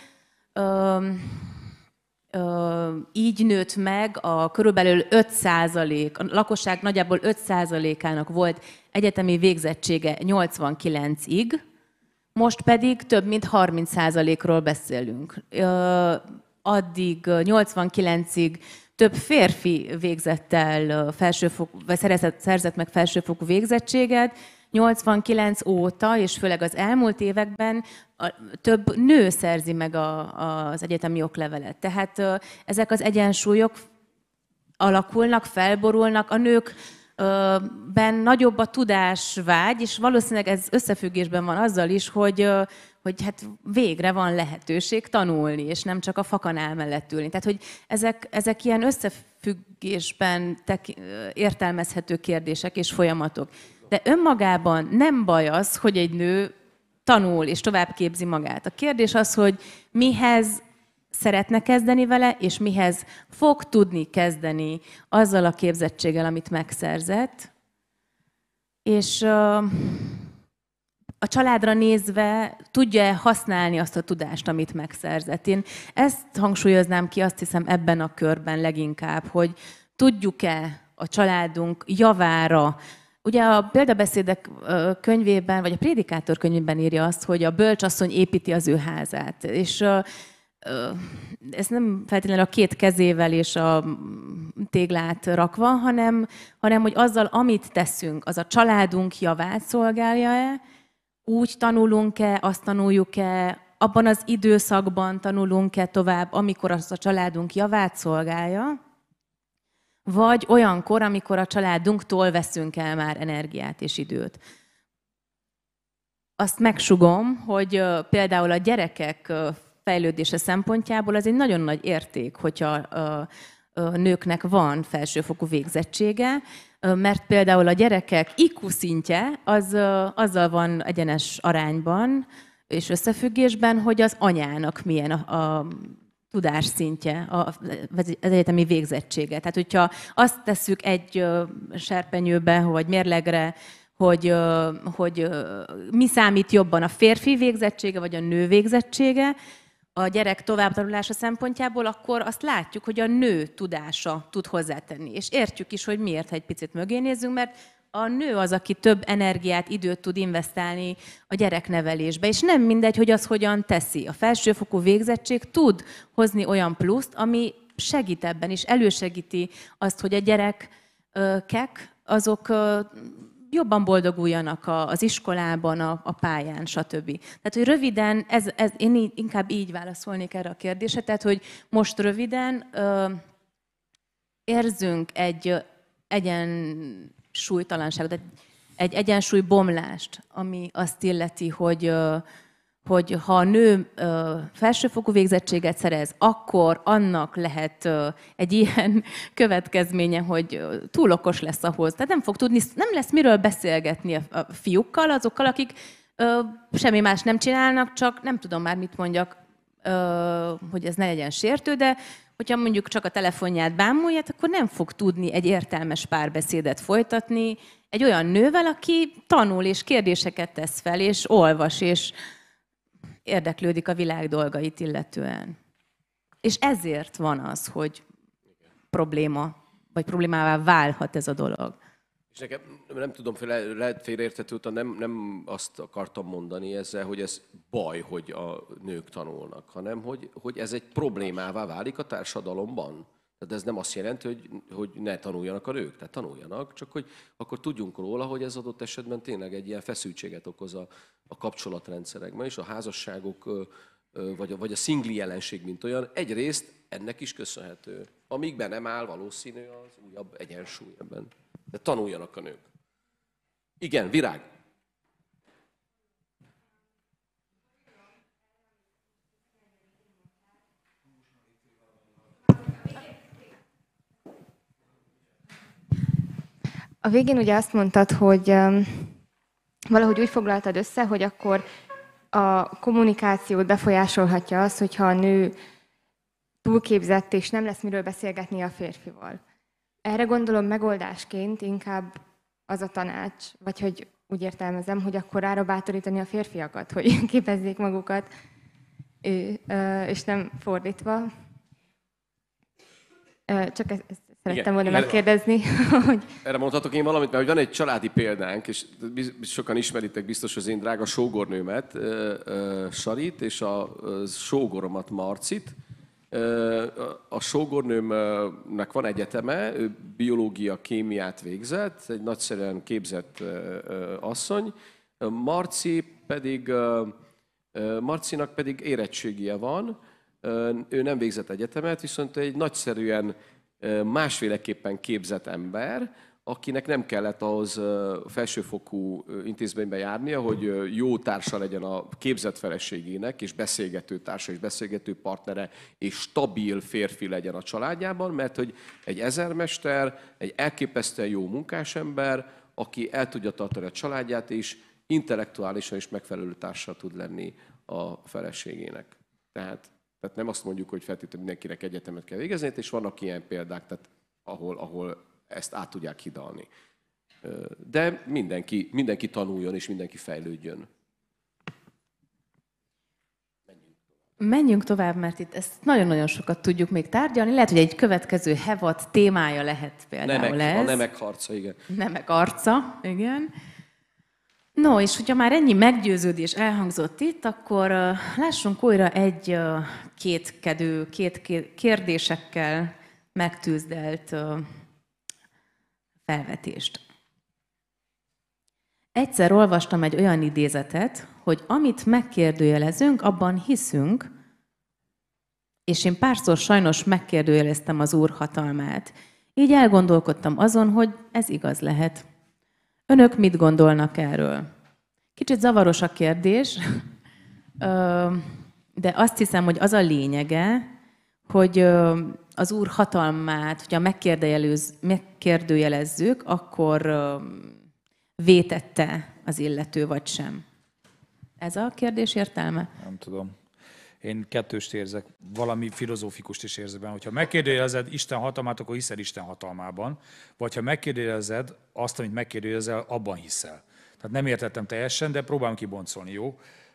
így nőtt meg körülbelül 5%, a lakosság nagyjából 5%-ának volt egyetemi végzettsége 89-ig, most pedig több mint 30%-ról beszélünk. Addig 89-ig több férfi végzett el vagy szerzett meg felsőfokú végzettséget, 89 óta, és főleg az elmúlt években több nő szerzi meg az egyetemi oklevelet. Tehát ezek az egyensúlyok alakulnak, felborulnak, a nőkben nagyobb a tudásvágy, és valószínűleg ez összefüggésben van azzal is, hogy hát végre van lehetőség tanulni, és nem csak a fakanál mellett ülni. Tehát, hogy ezek ilyen összefüggésben értelmezhető kérdések és folyamatok. De önmagában nem baj az, hogy egy nő tanul és tovább képzi magát. A kérdés az, hogy mihez szeretne kezdeni vele, és mihez fog tudni kezdeni azzal a képzettséggel, amit megszerzett. És a családra nézve tudja használni azt a tudást, amit megszerzett. Én ezt hangsúlyoznám ki, azt hiszem ebben a körben leginkább, hogy tudjuk-e a családunk javára. Ugye a példabeszédek könyvében, vagy a prédikátor könyvében írja azt, hogy a bölcsasszony építi az ő házát. És ez nem feltétlenül a két kezével és a téglát rakva, hanem hogy azzal, amit teszünk, az a családunk javát szolgálja-e, úgy tanulunk-e, azt tanuljuk-e, abban az időszakban tanulunk-e tovább, amikor az a családunk javát szolgálja, vagy olyankor, amikor a családunktól veszünk el már energiát és időt. Azt megsugom, hogy például a gyerekek fejlődése szempontjából az egy nagyon nagy érték, hogyha a nőknek van felsőfokú végzettsége, mert például a gyerekek IQ szintje az azzal van egyenes arányban és összefüggésben, hogy az anyának milyen a tudásszintje, az egyetemi végzettsége. Tehát, hogyha azt tesszük egy serpenyőbe, vagy mérlegre, hogy mi számít jobban, a férfi végzettsége, vagy a nő végzettsége, a gyerek továbbtanulása szempontjából, akkor azt látjuk, hogy a nő tudása tud hozzátenni. És értjük is, hogy miért, ha egy picit mögé nézzünk, mert a nő az, aki több energiát, időt tud investálni a gyereknevelésbe. És nem mindegy, hogy az hogyan teszi. A felsőfokú végzettség tud hozni olyan pluszt, ami segít ebben, és elősegíti azt, hogy a gyerekek azok jobban boldoguljanak az iskolában, a pályán, stb. Tehát, hogy röviden, én inkább így válaszolnék erre a kérdésre, tehát, hogy most röviden érzünk egy egyensúlytalanságot, egy egyensúlybomlást, ami azt illeti, hogy ha a nő felsőfokú végzettséget szerez, akkor annak lehet egy ilyen következménye, hogy túl okos lesz ahhoz. Tehát nem fog tudni, nem lesz miről beszélgetni a fiúkkal, azokkal, akik semmi más nem csinálnak, csak nem tudom már mit mondjak, hogy ez ne legyen sértő, de hogyha mondjuk csak a telefonját bámulja, akkor nem fog tudni egy értelmes párbeszédet folytatni egy olyan nővel, aki tanul és kérdéseket tesz fel, és olvas, és érdeklődik a világ dolgait illetően. És ezért van az, hogy probléma, vagy problémává válhat ez a dolog. És nekem, nem tudom, lehet félreérthető, nem azt akartam mondani ezzel, hogy ez baj, hogy a nők tanulnak, hanem hogy ez egy problémává válik a társadalomban. Tehát ez nem azt jelenti, hogy ne tanuljanak a nők, tehát tanuljanak, csak hogy akkor tudjunk róla, hogy ez adott esetben tényleg egy ilyen feszültséget okoz a kapcsolatrendszerekben, és a házasságok, vagy a szingli jelenség, mint olyan, egyrészt ennek is köszönhető. Amíg be nem áll, valószínű az újabb egyensúly ebben. De tanuljanak a nők. Igen, Virág. A végén ugye azt mondtad, hogy valahogy úgy foglaltad össze, hogy akkor a kommunikációt befolyásolhatja az, hogyha a nő túlképzett, és nem lesz miről beszélgetni a férfival. Erre gondolom megoldásként inkább az a tanács, vagy hogy úgy értelmezem, hogy akkor arra bátorítani a férfiakat, hogy képezzék magukat, és nem fordítva. Csak ezt szerettem volna megkérdezni. Hogy... Erre mondhatok én valamit, mert van egy családi példánk, és sokan ismeritek biztos az én drága sógornőmet, Sarit, és a sógoromat, Marcit. A sógornőmnek van egyeteme, ő biológia, kémiát végzett, egy nagyszerűen képzett asszony. Marcinak pedig érettségie van, ő nem végzett egyetemet, viszont egy nagyszerűen másféleképpen képzett ember, akinek nem kellett ahhoz felsőfokú intézménybe járnia, hogy jó társa legyen a képzett feleségének, és beszélgető társa, és beszélgető partnere, és stabil férfi legyen a családjában, mert hogy egy ezermester, egy elképesztően jó munkásember, aki el tudja tartani a családját, és intellektuálisan is megfelelő társa tud lenni a feleségének. Tehát nem azt mondjuk, hogy feltétlenül mindenkinek egyetemet kell végezni, és vannak ilyen példák, tehát ahol ezt át tudják hidalni. De mindenki tanuljon, és mindenki fejlődjön. Menjünk tovább, mert itt ezt nagyon-nagyon sokat tudjuk még tárgyalni. Lehet, hogy egy következő hevat témája lehet például ez. A nemek harca, igen. Nemek arca, igen. No, és hogyha már ennyi meggyőződés elhangzott itt, akkor lássunk újra egy két kérdésekkel megtűzdelt felvetést. Egyszer olvastam egy olyan idézetet, hogy amit megkérdőjelezünk, abban hiszünk, és én párszor sajnos megkérdőjeleztem az Úr hatalmát. Így elgondolkodtam azon, hogy ez igaz lehet. Önök mit gondolnak erről? Kicsit zavaros a kérdés, de azt hiszem, hogy az a lényege, hogy az Úr hatalmát, hogyha megkérdőjelezzük, akkor vétette az illető, vagy sem. Ez a kérdés értelme? Nem tudom. Én kettőst érzek, valami filozófikust is érzek benne. Hogyha megkérdőjelezed Isten hatalmát, akkor hiszel Isten hatalmában, vagy ha megkérdőjelezed azt, amit megkérdőjelezel, abban hiszel. Tehát nem értettem teljesen, de próbálom kiboncolni, jó?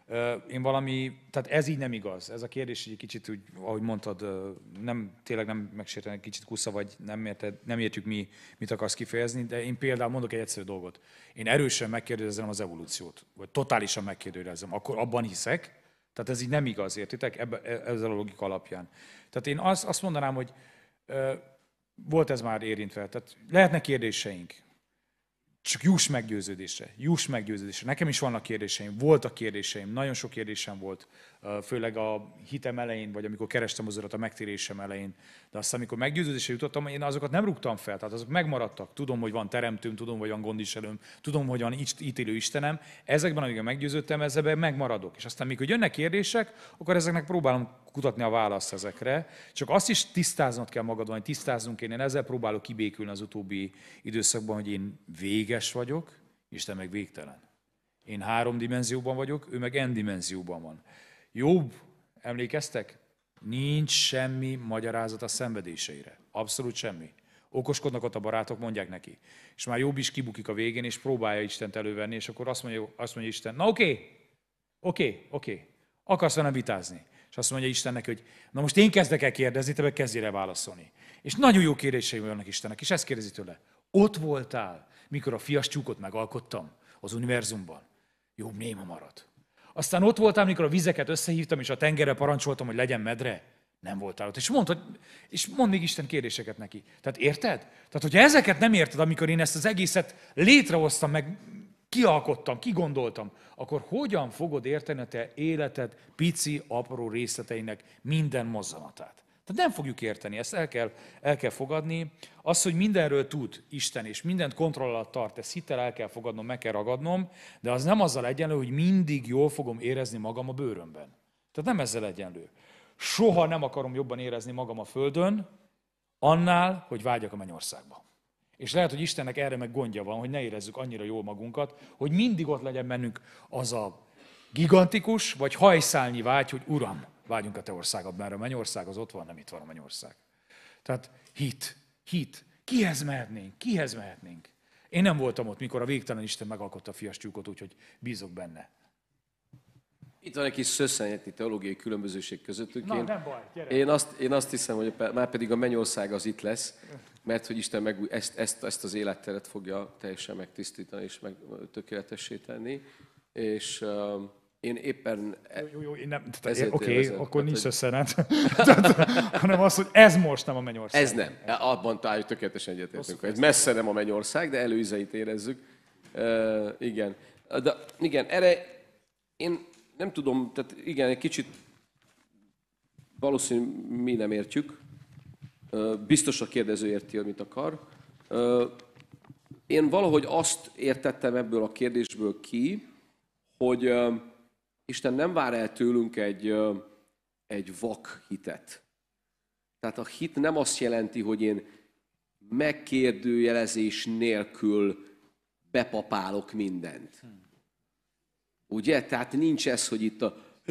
Tehát ez így nem igaz. Ez a kérdés egy kicsit, úgy, ahogy mondtad, tényleg nem megsérteni, kicsit kusza, vagy nem értjük mit akarsz kifejezni, de én például mondok egy egyszerű dolgot. Én erősen megkérdőjelezem az evolúciót, vagy totálisan megkérdőjelezem, akkor abban hiszek. Tehát ez így nem igaz, értitek? Ezzel a logika alapján. Tehát én azt mondanám, hogy volt ez már érintve. Tehát lehetnek kérdéseink. Csak juss meggyőződésre. Nekem is vannak kérdéseim, voltak kérdéseim, nagyon sok kérdésem volt, főleg a hitem elején, vagy amikor kerestem az Urat a megtérésem elején. De aztán, amikor meggyőződésre jutottam, én azokat nem rúgtam fel, tehát azok megmaradtak. Tudom, hogy van teremtőm, tudom, hogy van gondviselőm, tudom, hogy van ítélő Istenem. Ezekben, amikor meggyőződtem, ezekben megmaradok. És aztán, mikor jönnek kérdések, akkor ezeknek próbálom kutatni a választ ezekre. Csak azt is tisztáznod kell magadon, hogy tisztáznunk én ezzel próbálok kibékülni az utóbbi időszakban, hogy én véges vagyok, Isten meg végtelen. Én 3 dimenzióban vagyok, ő meg N dimenzióban van. Jobb, emlékeztek? Nincs semmi magyarázat a szenvedéseire. Abszolút semmi. Okoskodnak ott a barátok, mondják neki. És már Jobb is kibukik a végén, és próbálja Istent elővenni, és akkor azt mondja Isten, na oké. Akarsz velem vitázni? És azt mondja Istennek, hogy na most én kezdek el kérdezni, te meg kezdjél el válaszolni. És nagyon jó kérdései vannak Istennek, és ezt kérdezi tőle. Ott voltál, mikor a fias tyúkot megalkottam az univerzumban? Jobb néma maradt. Aztán ott voltál, mikor a vizeket összehívtam, és a tengerre parancsoltam, hogy legyen medre? Nem voltál ott. És mond még Isten kérdéseket neki. Tehát érted? Tehát, hogyha ezeket nem érted, amikor én ezt az egészet létrehoztam, meg kialkottam, kigondoltam, akkor hogyan fogod érteni a te életed pici, apró részleteinek minden mozzanatát? Tehát nem fogjuk érteni, ezt el kell fogadni. Az, hogy mindenről tud Isten, és mindent kontroll alatt tart, ezt hittel el kell fogadnom, meg kell ragadnom, de az nem azzal egyenlő, hogy mindig jól fogom érezni magam a bőrömben. Tehát nem ezzel egyenlő. Soha nem akarom jobban érezni magam a földön, annál, hogy vágyjak a mennyországba. És lehet, hogy Istennek erre meg gondja van, hogy ne érezzük annyira jól magunkat, hogy mindig ott legyen bennünk az a gigantikus, vagy hajszálnyi vágy, hogy Uram, vágyunk a te országod, mert a mennyország az ott van, nem itt van a mennyország. Tehát hit. Kihez mehetnénk? Én nem voltam ott, mikor a végtelen Isten megalkotta a fias tyúkot, úgyhogy bízok benne. Itt van egy kis szösszeneti teológiai különbözőség közöttük. Na, nem baj, gyere. Én azt hiszem, hogy már pedig a mennyország az itt lesz, mert hogy Isten ezt az életteret fogja teljesen megtisztítani és tökéletessé tenni. És én éppen... Jó, én nem... Oké, akkor nincs szösszenet. Hanem az, hogy ez most nem a mennyország. Ez nem. Abban talán tökéletesen egyetértünk. Ez messze nem a mennyország, de előízeit érezzük. Igen. De igen, erre én nem tudom, tehát igen, egy kicsit valószínű mi nem értjük. Biztos a kérdező érti, amit akar. Én valahogy azt értettem ebből a kérdésből ki, hogy Isten nem vár el tőlünk egy vak hitet. Tehát a hit nem azt jelenti, hogy én megkérdőjelezés nélkül bepapálok mindent. Ugye? Tehát nincs ez, hogy itt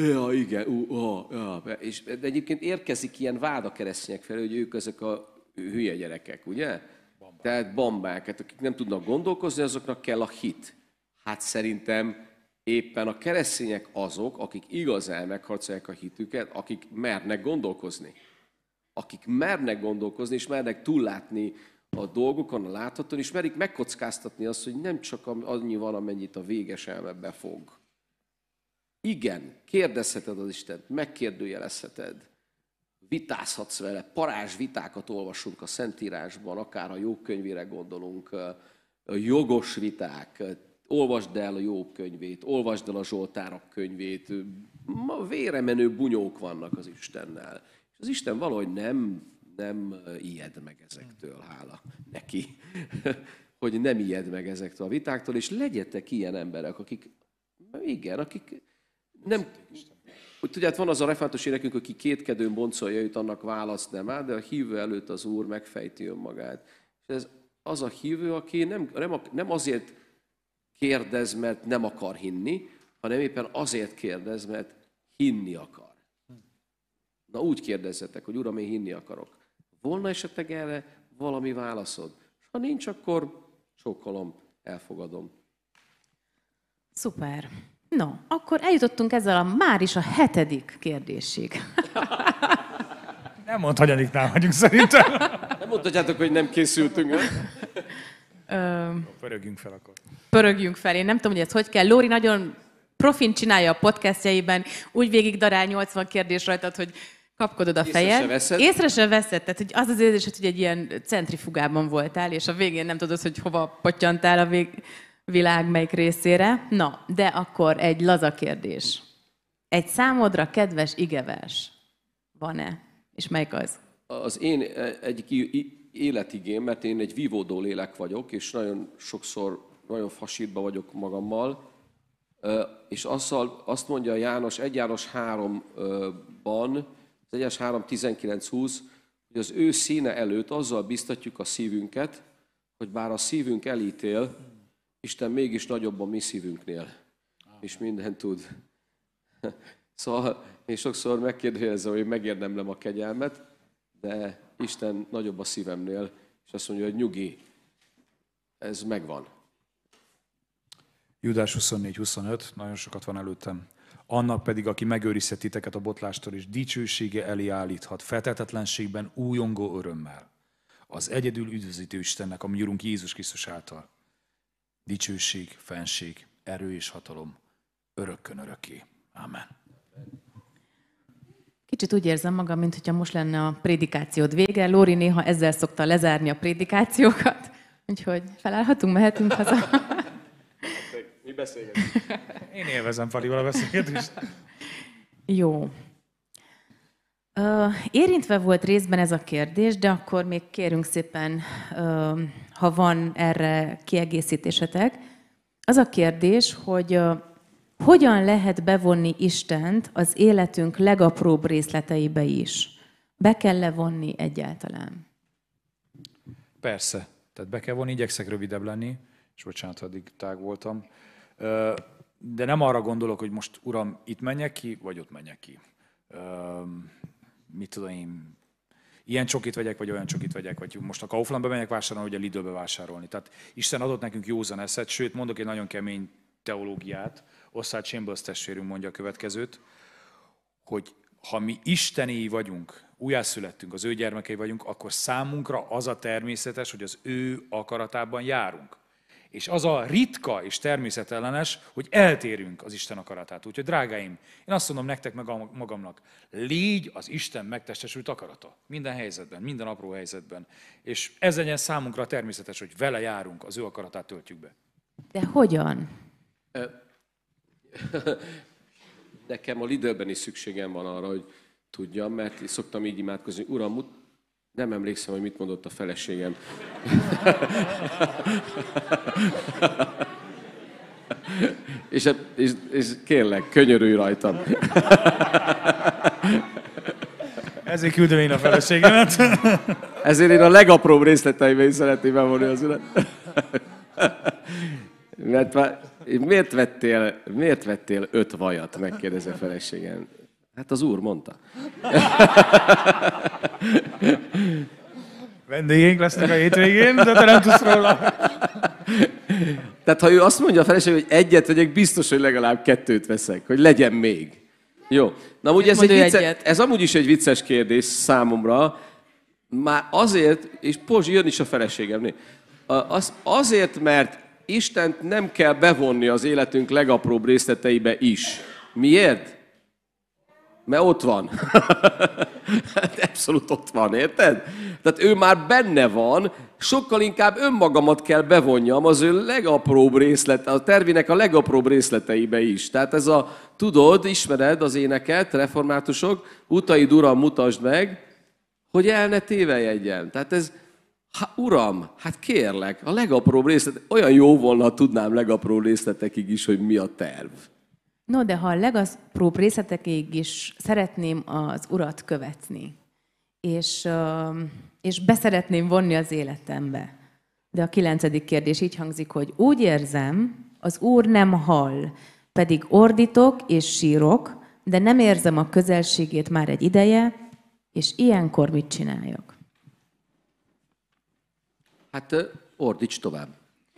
és de egyébként érkezik ilyen vád a keresztények felé, hogy ők ezek a hülye gyerekek, ugye? Bambák. Tehát bambák, akik nem tudnak gondolkozni, azoknak kell a hit. Hát szerintem Éppen a keresztények azok, akik igazán megharcolják a hitüket, akik mernek gondolkozni. Akik mernek gondolkozni, és mernek túllátni a dolgokon, a láthatón, és merik megkockáztatni azt, hogy nem csak annyi van, amennyit a véges elme befog. Igen, kérdezheted az Istent, megkérdőjelezheted, vitázhatsz vele, parázs vitákat olvasunk a Szentírásban, akár a Jobb könyvére gondolunk, a jogos viták, olvasd el a Jobb könyvét, olvasd el a Zsoltárok könyvét, véremenő bunyók vannak az Istennel. És az Isten valahogy nem ijed meg ezektől, hála neki, hogy nem ijed meg ezektől a vitáktól, és legyetek ilyen emberek, akik nem... Tudjátok, van az a református énekünk, aki kétkedőn boncolja őt, annak választ nem áll, de a hívő előtt az Úr megfejti önmagát. És ez az a hívő, aki nem azért kérdez, mert nem akar hinni, hanem éppen azért kérdez, mert hinni akar. Na úgy kérdezzetek, hogy Uram, én hinni akarok. Volna esetleg erre valami válaszod? És ha nincs, akkor csókolom, elfogadom. Szuper. No, akkor eljutottunk ezzel már is a 7. kérdésig. Nem mondd, hanyadiknál vagyunk szerintem. Nem mondhatjátok, hogy nem készültünk, Pörögjünk fel akkor. Pörögjünk fel. Én nem tudom, hogy ez hogy kell. Lóri nagyon profin csinálja a podcastjaiben, úgy végig darál 80 kérdés rajtad, hogy kapkodod a fejed. Észre se veszed. Tehát hogy az érzésed, hogy egy ilyen centrifugában voltál, és a végén nem tudod, hogy hova pottyantál a világ melyik részére. Na, de akkor egy laza kérdés. Egy számodra kedves igevers van-e? És melyik az? Az én egyik életigém, mert én egy vívódó lélek vagyok, és nagyon sokszor nagyon fasírba vagyok magammal, és azt mondja János, 1 János 3-ban, az 1 János 3, 19-20, hogy az ő színe előtt azzal biztatjuk a szívünket, hogy bár a szívünk elítél, Isten mégis nagyobb a mi szívünknél, és mindent tud. Szóval én sokszor megkérdezem, hogy megérdemlem a kegyelmet, de Isten nagyobb a szívemnél, és azt mondja, hogy nyugi, ez megvan. Júdás 24-25, nagyon sokat van előttem. Annak pedig, aki megőrizhet titeket a botlástól, és dicsősége elé állíthat, feltehetetlenségben újongó örömmel. Az egyedül üdvözítő Istennek, a mi Urunk Jézus Krisztus által. Dicsőség, fenség, erő és hatalom, örökkön örökké. Amen. Kicsit úgy érzem magam, mintha most lenne a prédikációd vége. Lóri néha ezzel szokta lezárni a prédikációkat. Úgyhogy felállhatunk, mehetünk haza. Mi beszélgetünk? Én élvezem Falival a beszélgetést. Jó. Érintve volt részben ez a kérdés, de akkor még kérünk szépen, ha van erre kiegészítésetek. Az a kérdés, hogy hogyan lehet bevonni Istent az életünk legapróbb részleteibe is? Be kell vonni egyáltalán? Persze. Tehát be kell vonni, igyekszek rövidebb lenni, és bocsánat, addig tág voltam. De nem arra gondolok, hogy most Uram, itt menjek ki, vagy ott menjek ki. Mit tudom én, ilyen csokit vegyek, vagy olyan csokit vegyek, vagy most a Kauflandba menjek vásárolni, vagy a Lidlbe vásárolni. Tehát Isten adott nekünk józan eszet, sőt, mondok egy nagyon kemény teológiát, Oswald Chambers testvérünk mondja a következőt, hogy ha mi istenéi vagyunk, újjászülettünk, az ő gyermekei vagyunk, akkor számunkra az a természetes, hogy az ő akaratában járunk. És az a ritka és természetellenes, hogy eltérünk az Isten akaratától. Úgyhogy drágáim, én azt mondom nektek meg magamnak, légy az Isten megtestesült akarata. Minden helyzetben, minden apró helyzetben. És ez legyen számunkra természetes, hogy vele járunk, az ő akaratát töltjük be. De hogyan? Nekem a Lidlben is szükségem van arra, hogy tudjam, mert szoktam így imádkozni, Uram, nem emlékszem, hogy mit mondott a feleségem. és kérlek, könyörülj rajtam. Ezért küldöm én a feleségemet. Ezért én a legapróbb részleteiben is szeretném bevonni az Urat. Mert miért vettél 5 vajat, megkérdezi a feleségem. Hát az Úr mondta. Vendégeink lesznek a hétvégén, de te nem tudsz róla. Tehát ha ő azt mondja a feleség, hogy egyet vegyek, biztos, hogy legalább 2 veszek, hogy legyen még. Jó. Na, amúgy ez amúgy is egy vicces kérdés számomra. Már azért, és Pozsi, jön is a feleségem. Azért, mert Istent nem kell bevonni az életünk legapróbb részleteibe is. Miért? Mert ott van. Abszolút ott van, érted? Tehát ő már benne van, sokkal inkább önmagamat kell bevonjam az ő legapróbb részlete, a tervének a legapróbb részleteibe is. Tehát ez a, tudod, ismered az éneket, reformátusok, utaid, Uram, mutasd meg, hogy el ne tévejedjen. Tehát ez, Uram, hát kérlek, a legapróbb részlet, olyan jó volna, ha tudnám legapróbb részletekig is, hogy mi a terv. No, de ha a legapróbb részletekig is szeretném az Urat követni, és beszeretném vonni az életembe. De a 9. kérdés így hangzik, hogy úgy érzem, az Úr nem hall, pedig ordítok és sírok, de nem érzem a közelségét már egy ideje, és ilyenkor mit csináljak? Hát ordíts tovább.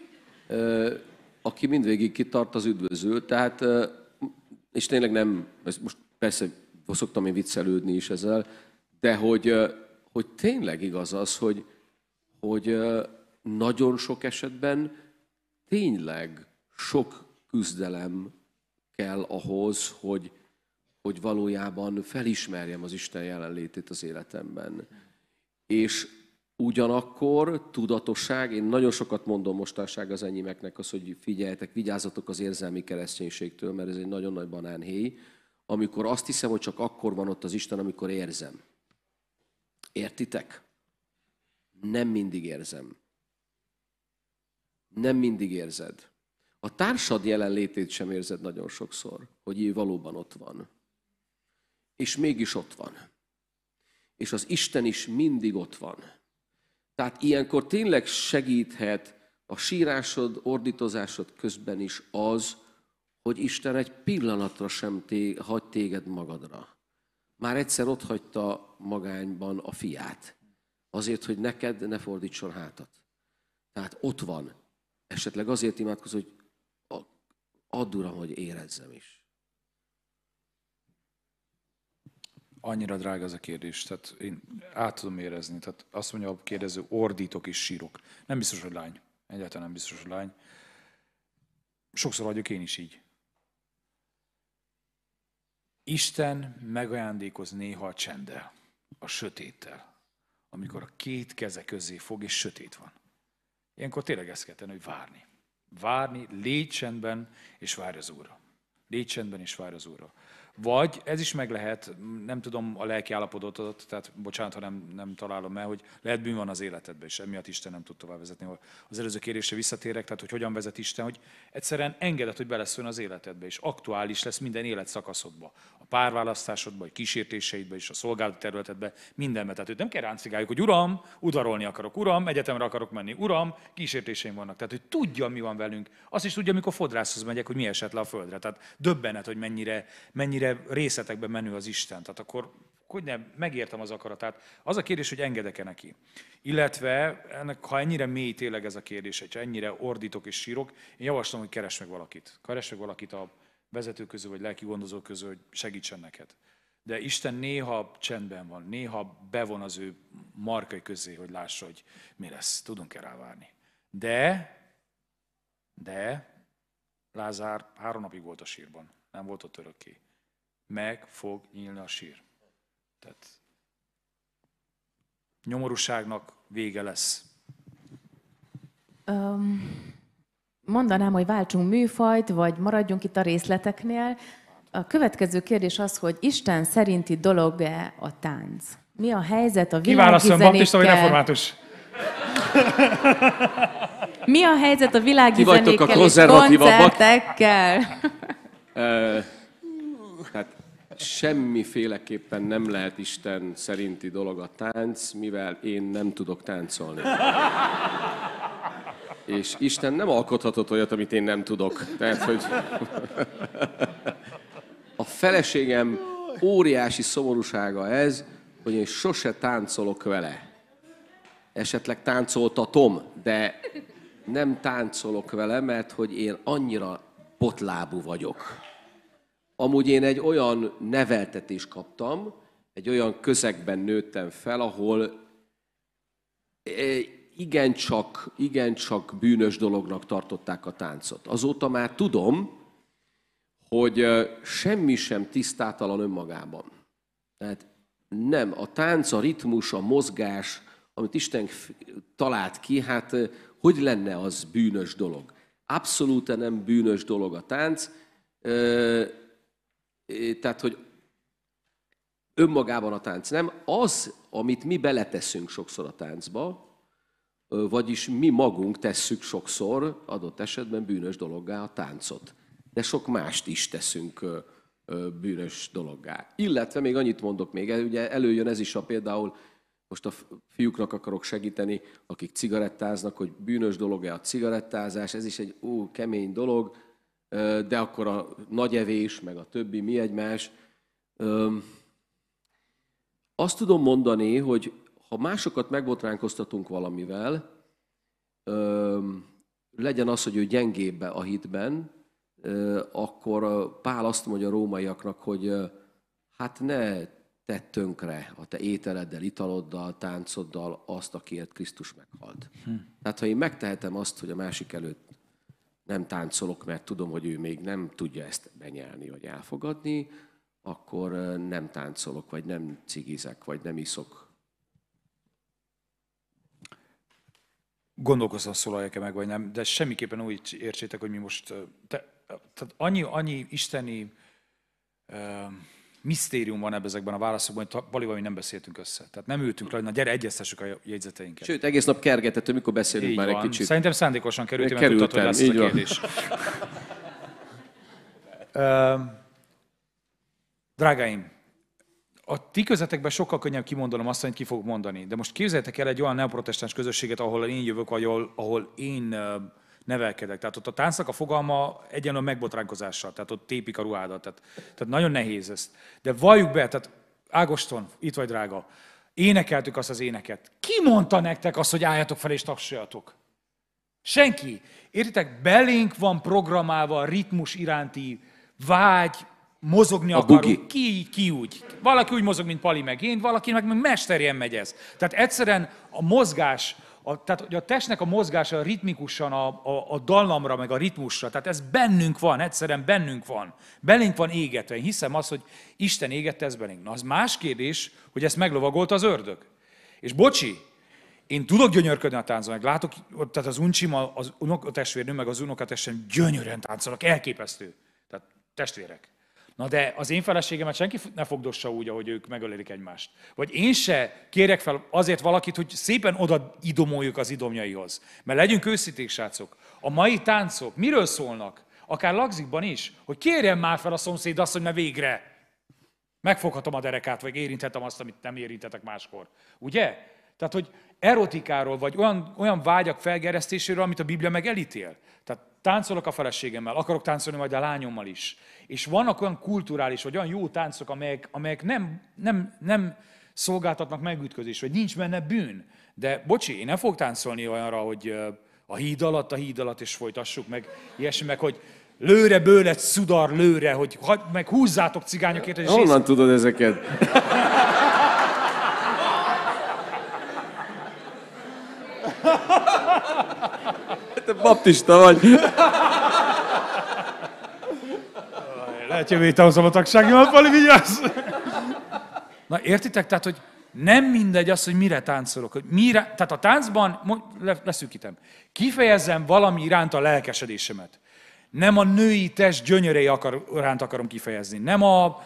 Aki mindvégig kitart, az üdvözül. Tehát, és tényleg nem, most persze szoktam én viccelődni is ezzel, de hogy tényleg igaz az, hogy nagyon sok esetben tényleg sok küzdelem kell ahhoz, hogy valójában felismerjem az Isten jelenlétét az életemben. És ugyanakkor tudatosság, én nagyon sokat mondom mostanság az enyémeknek az, hogy figyeljetek, vigyázzatok az érzelmi kereszténységtől, mert ez egy nagyon nagy banánhéj, amikor azt hiszem, hogy csak akkor van ott az Isten, amikor érzem. Értitek? Nem mindig érzem. Nem mindig érzed. A társad jelenlétét sem érzed nagyon sokszor, hogy ő valóban ott van. És mégis ott van. És az Isten is mindig ott van. Tehát ilyenkor tényleg segíthet a sírásod, ordítozásod közben is az, hogy Isten egy pillanatra sem hagy téged magadra. Már egyszer ott hagyta magányban a fiát. Azért, hogy neked ne fordítson hátat. Tehát ott van. Esetleg azért imádkozz, hogy add, Uram, hogy érezzem is. Annyira drága ez a kérdés, tehát én át tudom érezni. Tehát azt mondja a kérdező, ordítok és sírok. Nem biztos, hogy lány. Egyáltalán nem biztos, hogy lány. Sokszor vagyok én is így. Isten megajándékoz néha a csenddel, a sötéttel, amikor a 2 keze közé fog, és sötét van. Ilyenkor tényleg ezt kell tenni, hogy várni. Várni, légy csendben, és várj az Úrra. Légy csendben, és várj az Úrra. Vagy ez is meg lehet, nem tudom a lelki állapotodat, tehát bocsánat, ha nem találom el, hogy lehet bűn van az életedben, és emiatt Isten nem tud tovább vezetni. Az előző kérdésre visszatérek, tehát hogy hogyan vezet Isten, hogy egyszerűen engeded, hogy beleszóljon az életedbe, és aktuális lesz minden életszakaszodba. A párválasztásodba, a kísértéseidbe, és a szolgálati területedbe, mindenbe. Tehát őt nem kell ráncigáljuk, hogy Uram, udvarolni akarok, Uram, egyetemre akarok menni, Uram, kísértéseim vannak. Tehát, hogy tudja, mi van velünk. Azt is tudja, amikor fodrászhoz megyek, hogy mi esett le a földre. Tehát döbbenet, hogy mennyire részletekben menő az Isten. Tehát akkor hogy nem, megértem az akaratát. Az a kérdés, hogy engedek-e neki. Illetve, ha ennyire mély tényleg ez a kérdés, ha ennyire ordítok és sírok, én javaslom, hogy keresd meg valakit. Keresd meg valakit a vezető közül, vagy lelki gondozó közül, hogy segítsen neked. De Isten néha csendben van, néha bevon az ő markai közé, hogy lássa, hogy mi lesz. Tudunk-e rá várni. De Lázár 3 napig volt a sírban. Nem volt ott örökké. Meg fog nyílni a sír. Tehát nyomorúságnak vége lesz. Mondanám, hogy váltsunk műfajt, vagy maradjunk itt a részleteknél. A következő kérdés az, hogy Isten szerinti dolog-e a tánc? Mi a helyzet a világi zenékkel? Baptista vagy református? Mi a helyzet a világi zenékkel és koncertekkel? Hát semmiféleképpen nem lehet Isten szerinti dolog a tánc, mivel én nem tudok táncolni. És Isten nem alkothatott olyat, amit én nem tudok. Tehát, hogy a feleségem óriási szomorúsága ez, hogy én sose táncolok vele. Esetleg táncoltatom, de nem táncolok vele, mert hogy én annyira botlábú vagyok. Amúgy én egy olyan neveltetést kaptam, egy olyan közegben nőttem fel, ahol igencsak bűnös dolognak tartották a táncot. Azóta már tudom, hogy semmi sem tisztátalan önmagában. Tehát nem, a tánc, a ritmus, a mozgás, amit Isten talált ki, hát hogy lenne az bűnös dolog? Abszolút nem bűnös dolog a tánc, tehát, hogy önmagában a tánc nem. Az, amit mi beleteszünk sokszor a táncba, vagyis mi magunk tesszük sokszor, adott esetben bűnös dologgá a táncot. De sok mást is teszünk bűnös dologgá. Illetve még annyit mondok még, ugye előjön ez is például, most a fiúknak akarok segíteni, akik cigarettáznak, hogy bűnös dolog-e a cigarettázás, ez is egy kemény dolog, de akkor a nagy evés, meg a többi, mi egymás. Azt tudom mondani, hogy ha másokat megbotránkoztatunk valamivel, legyen az, hogy ő gyengébb a hitben, akkor Pál azt mondja a rómaiaknak, hogy hát ne tedd tönkre a te ételeddel, italoddal, táncoddal azt, akiért Krisztus meghalt. Tehát ha én megtehetem azt, hogy a másik előtt nem táncolok, mert tudom, hogy ő még nem tudja ezt benyelni vagy elfogadni, akkor nem táncolok, vagy nem cigizek, vagy nem iszok. Gondolkozom, szólaljak-e meg, vagy nem, de semmiképpen úgy értsétek, hogy mi most... Tehát annyi isteni misztérium van ezekben a válaszokban, hogy Balival mi nem beszéltünk össze. Tehát nem ültünk le, hogy na gyere, egyeztessük a jegyzeteinket. Sőt, egész nap kergetett, mikor beszélünk így már van. egy kicsit. Szerintem szándékosan kerültem, mert tudtad, hogy lesz ez a kérdés. Drágáim, a ti közetekben sokkal könnyebb kimondanom azt, amit ki fogok mondani. De most képzeljétek el egy olyan neoprotestáns közösséget, ahol én jövök, vagy ahol én nevelkedek. Tehát ott a táncnak a fogalma egyenlően megbotránkozással, tehát ott tépik a ruhádat. Tehát nagyon nehéz ezt. De valljuk be, tehát Ágoston, itt vagy drága, énekeltük azt az éneket. Ki mondta nektek azt, hogy álljatok fel és tapsoljatok? Senki. Értitek, belénk van programálva a ritmus iránti vágy, mozogni akarunk, ki úgy. Valaki úgy mozog, mint Pali meg én, valaki meg mesterien megy ez. Tehát egyszerűen a mozgás, tehát a testnek a mozgása ritmikusan a dallamra, meg a ritmusra, tehát ez bennünk van, egyszerűen bennünk van. Belénk van égetve. Én hiszem azt, hogy Isten égette ezt belénk. Na, az más kérdés, hogy ezt meglovagolta az ördög. És bocsi, én tudok gyönyörködni a táncon, meg látok, tehát az uncsim, az unokatestvérnő, meg az unokatestvérem gyönyörűen táncolnak, elképesztő. Tehát testvérek. Na de az én feleségemet senki ne fogdossa úgy, ahogy ők megölelik egymást. Vagy én se kérek fel azért valakit, hogy szépen oda idomoljuk az idomjaihoz. Mert legyünk őszinték, srácok. A mai táncok miről szólnak? Akár lagzikban is, hogy kérjen már fel a szomszéd azt, hogy ne végre megfoghatom a derekát, vagy érinthetem azt, amit nem érintetek máskor. Ugye? Tehát, hogy erotikáról, vagy olyan vágyak felgeresztéséről, amit a Biblia meg elítél. Tehát táncolok a feleségemmel, akarok táncolni majd a lányommal is. És vannak olyan kulturális, vagy olyan jó táncok, amelyek nem szolgáltatnak megütközést, vagy nincs benne bűn. De bocsi, én nem fogok táncolni olyanra, hogy a híd alatt, és folytassuk meg ilyesmi, meg hogy lőre, bőlet, szudar, lőre, hogy meg húzzátok cigányokért. És honnan tudod ezeket? Te baptista vagy. Lehet jövő héten hozom a tagságimat, Pali, vigyázz! Na értitek? Tehát, hogy nem mindegy az, hogy mire táncolok. Hogy mire, tehát a táncban, leszűkítem, kifejezzem valami iránt a lelkesedésemet. Nem a női test gyönyörei iránt akarom kifejezni. Nem a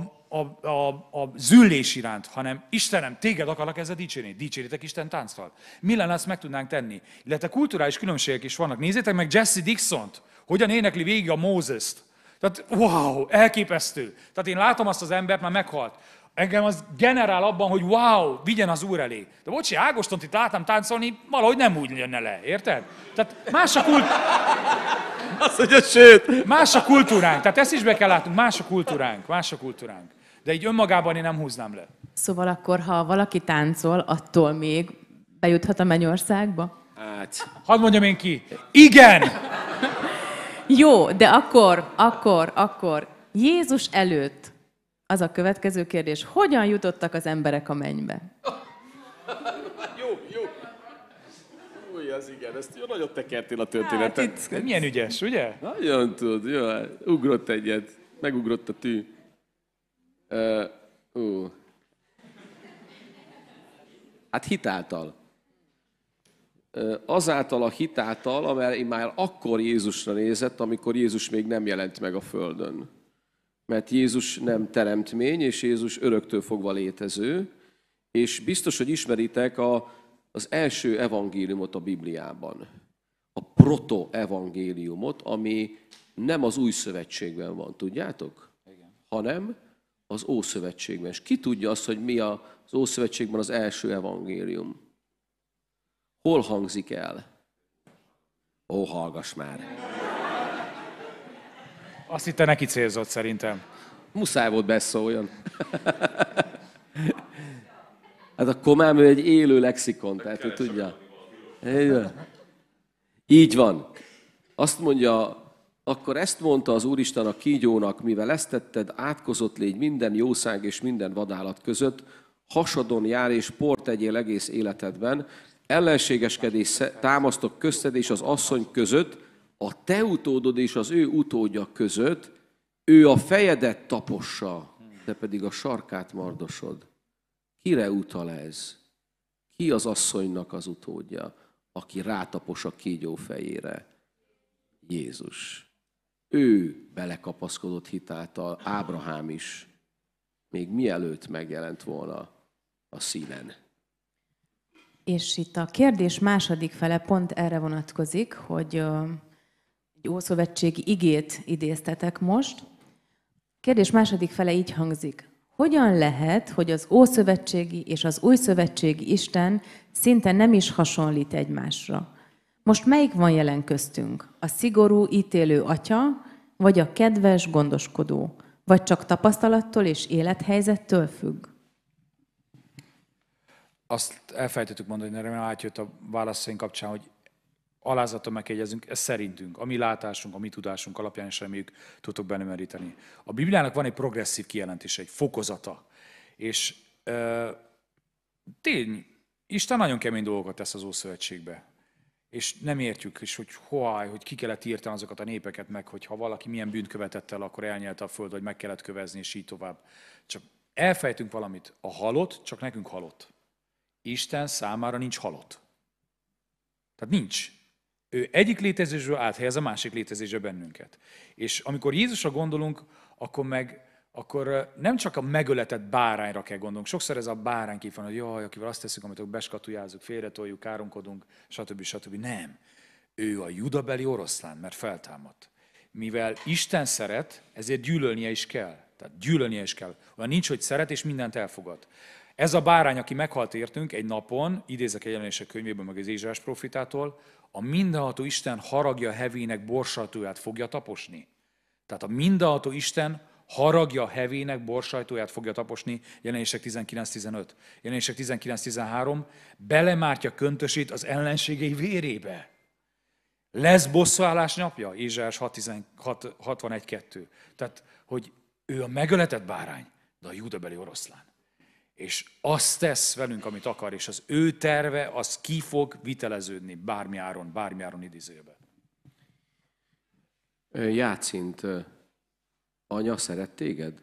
züllés iránt, hanem Istenem, téged akarlak ezzel dicsérni. Dicséritek Isten tánccal. Mi lenne, ezt meg tudnánk tenni? Illetve kulturális különbségek is vannak. Nézzétek meg Jesse Dixont, hogyan énekli végig a Moses-t. Tehát wow, elképesztő. Tehát én látom azt az embert, már meghalt. Engem az generál abban, hogy wow, vigyen az Úr elé. De bocsi, Ágostont itt láttam táncolni, valahogy nem úgy jönne le, érted? Tehát más a Azt mondja, sőt. Más a kultúránk, tehát ezt is be kell látnunk, más a kultúránk. De így önmagában én nem húznám le. Szóval akkor, ha valaki táncol, attól még bejuthat a mennyországba? Hát, Hadd mondjam én ki. Igen! Jó, de akkor Jézus előtt az a következő kérdés, hogyan jutottak az emberek a mennybe? jó. Új, az igen, ezt jó, nagyon tekertél a történetet. Hát milyen ügyes, ugye? Nagyon tudod, jó, ugrott egyet, megugrott a tű. Hát hitáltal. Azáltal a hitáltal, amely már akkor Jézusra nézett, amikor Jézus még nem jelent meg a földön. Mert Jézus nem teremtmény, és Jézus öröktől fogva létező, és biztos, hogy ismeritek az első evangéliumot a Bibliában. A proto-evangéliumot, ami nem az új szövetségben van, tudjátok? Igen. Hanem az Ószövetségben. És ki tudja azt, hogy mi az Ószövetségben az első evangélium? Hol hangzik el? Ó, hallgass már! Azt hitte neki célzott szerintem. Muszáj volt beszóljon. Hát a komám ő egy élő lexikon, tehát ő tudja. Így van. Azt mondja, akkor ezt mondta az Úristen a kígyónak, mivel ezt tetted, átkozott légy minden jószág és minden vadállat között, hasadon jár és port tegyél egész életedben, ellenségeskedés támasztok közted és az asszony között, a te utódod és az ő utódja között, ő a fejedet tapossa, te pedig a sarkát mardosod. Kire utal ez? Ki az asszonynak az utódja, aki rátapos a kígyó fejére? Jézus. Ő belekapaszkodott hitáltal, Ábrahám is, még mielőtt megjelent volna a színen. És itt a kérdés második fele pont erre vonatkozik, hogy egy ószövetségi igét idéztetek most. A kérdés második fele így hangzik. Hogyan lehet, hogy az ószövetségi és az újszövetségi Isten szinte nem is hasonlít egymásra? Most melyik van jelen köztünk? A szigorú, ítélő atya, vagy a kedves, gondoskodó? Vagy csak tapasztalattól és élethelyzettől függ? Azt elfelejtettük mondani, mert remélem átjött a válaszaink kapcsán, hogy alázattal megjegyezünk, ez szerintünk, a mi látásunk, a mi tudásunk alapján is reméljük tudtok benne meríteni. A Bibliának van egy progresszív kijelentése, egy fokozata, és tény, Isten nagyon kemény dolgokat tesz az Ószövetségbe. És nem értjük is, hogy ki kellett írtani azokat a népeket meg, hogy ha valaki milyen bűnt követett el, akkor elnyelte a föld, vagy meg kellett kövezni, és így tovább. Csak elfejtünk valamit. A halott csak nekünk halott. Isten számára nincs halott. Tehát nincs. Ő egyik létezésről áthelyez a másik létezésre bennünket. És amikor Jézusra gondolunk, akkor nem csak a megöletett bárányra kell gondolnunk. Sokszor ez a báránykép van, hogy jaj, akivel azt teszünk, amit beskatujázzuk, félretoljuk, káromkodunk, stb. Nem. Ő a judabeli oroszlán, mert feltámadt. Mivel Isten szeret, ezért gyűlölnie is kell. Tehát gyűlölnie is kell. Olyan nincs, hogy szeret, és mindent elfogad. Ez a bárány, aki meghalt értünk egy napon, idézek egy Jelenések könyvéből, meg az Ézsaiás profitától, a mindenható Isten haragja hevének borsajtóját fogja taposni. Tehát a mindenható Isten haragja hevének borsajtóját fogja taposni, Jelenések 19.15. Jelenések 19.13, belemártja köntösét az ellenségei vérébe. Lesz bosszúállás napja, Ézsaiás 61.2. Tehát, hogy ő a megöletett bárány, de a júdabeli oroszlán. És azt tesz velünk, amit akar, és az ő terve, az ki fog viteleződni bármi áron idézőjelben. Játszint, anya szeret téged?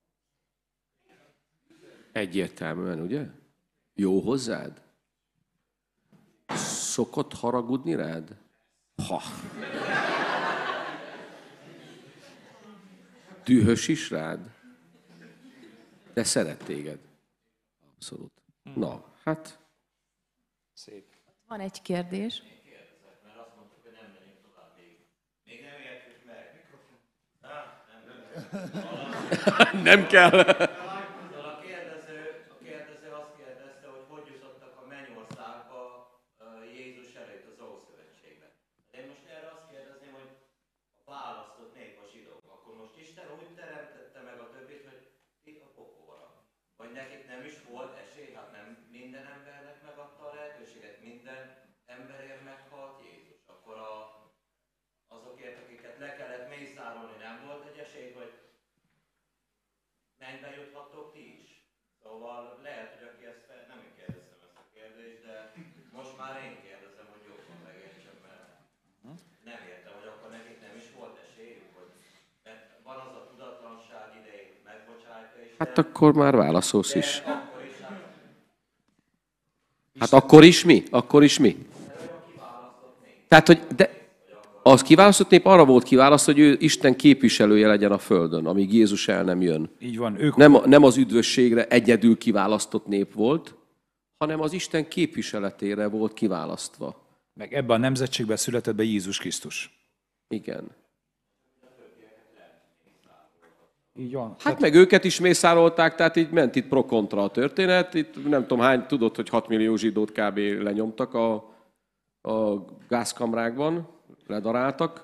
Egyértelműen, ugye? Jó hozzád? Szokott haragudni rád? Ha. Dühös is rád? De szeret téged. Abszolút. Na, hát... Szép. Van egy kérdés. Nem kell. A kérdező azt kérdezte, hogy jutottak a mennyországba Jézus előtt az Ószövetségben. Én most erre azt kérdezném, hogy a választott nép a zsidók. Akkor most Isten úgy teremtette meg a többit, hogy itt a pokolra. Vagy nekik nem is volt esély, hát nem minden embernek megadta a lehetőséget, minden emberért Szóval lehet, hogy aki ezt nem én kérdeztem ezt a kérdést, de most már én kérdezem, hogy jobban megértsem, mert nem értem, hogy akkor nekik nem is volt esélyük, hogy van az a tudatlanság idején megbocsájtja, és Hát akkor már válaszolsz is. akkor is Hát akkor is mi? Akkor is mi? Tehát, hogy az kiválasztott nép arra volt kiválasztva, hogy ő Isten képviselője legyen a Földön, amíg Jézus el nem jön. Így van. Ők Nem az üdvösségre egyedül kiválasztott nép volt, hanem az Isten képviseletére volt kiválasztva. meg ebben a nemzetségben született be Jézus Krisztus. Igen. Így van. Hát meg őket is mészárolták, tehát így ment itt pro-kontra a történet. Itt nem tudom hány, tudod, hogy 6 millió zsidót kb. Lenyomtak a gázkamrákban, ledaráltak.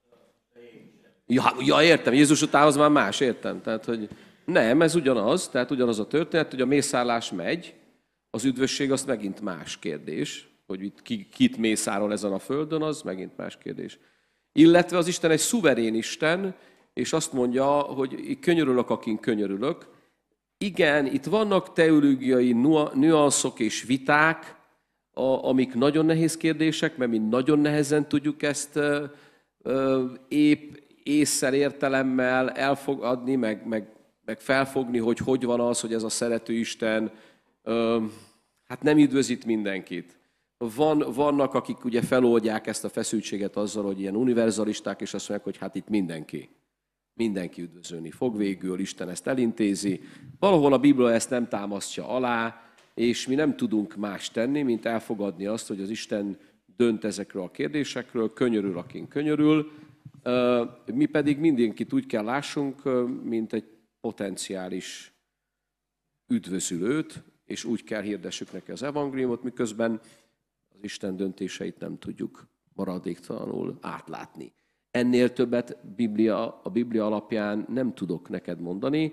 Ja, értem, Jézus után az már más, értem. Tehát, hogy nem, ez ugyanaz, tehát ugyanaz a történet, hogy a mészárlás megy, az üdvösség az megint más kérdés, hogy itt kit mészárol ezen a földön, az megint más kérdés. Illetve az Isten egy szuverén Isten, és azt mondja, hogy könyörülök, akin könyörülök. Igen, itt vannak teológiai nüanszok és viták, amik nagyon nehéz kérdések, mert mi nagyon nehezen tudjuk ezt épp ésszel, értelemmel elfogadni, meg felfogni, hogy van az, hogy ez a szerető Isten hát nem üdvözít mindenkit. Vannak, akik ugye feloldják ezt a feszültséget azzal, hogy ilyen univerzalisták, és azt mondják, hogy hát itt mindenki üdvözölni fog végül, Isten ezt elintézi. Valahol a Biblia ezt nem támasztja alá, és mi nem tudunk más tenni, mint elfogadni azt, hogy az Isten dönt ezekről a kérdésekről, könyörül, akin könyörül. Mi pedig mindenkit úgy kell lássunk, mint egy potenciális üdvözülőt, és úgy kell hirdessük neki az evangéliumot, miközben az Isten döntéseit nem tudjuk maradéktalanul átlátni. Ennél többet a Biblia alapján nem tudok neked mondani,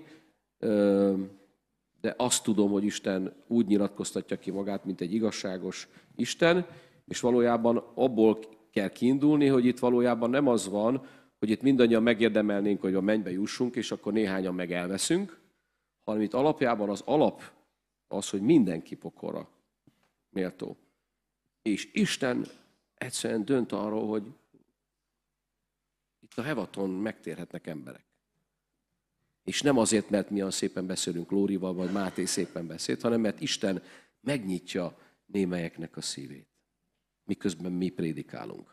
de azt tudom, hogy Isten úgy nyilatkoztatja ki magát, mint egy igazságos Isten, és valójában abból kell kiindulni, hogy itt valójában nem az van, hogy itt mindannyian megérdemelnénk, hogy a mennybe jussunk, és akkor néhányan meg elveszünk, hanem itt alapjában az alap az, hogy mindenki pokolra méltó. És Isten egyszerűen dönt arról, hogy itt a Hevaton megtérhetnek emberek. És nem azért, mert mi olyan szépen beszélünk Lórival, vagy Máté szépen beszélt, hanem mert Isten megnyitja némelyeknek a szívét, miközben mi prédikálunk.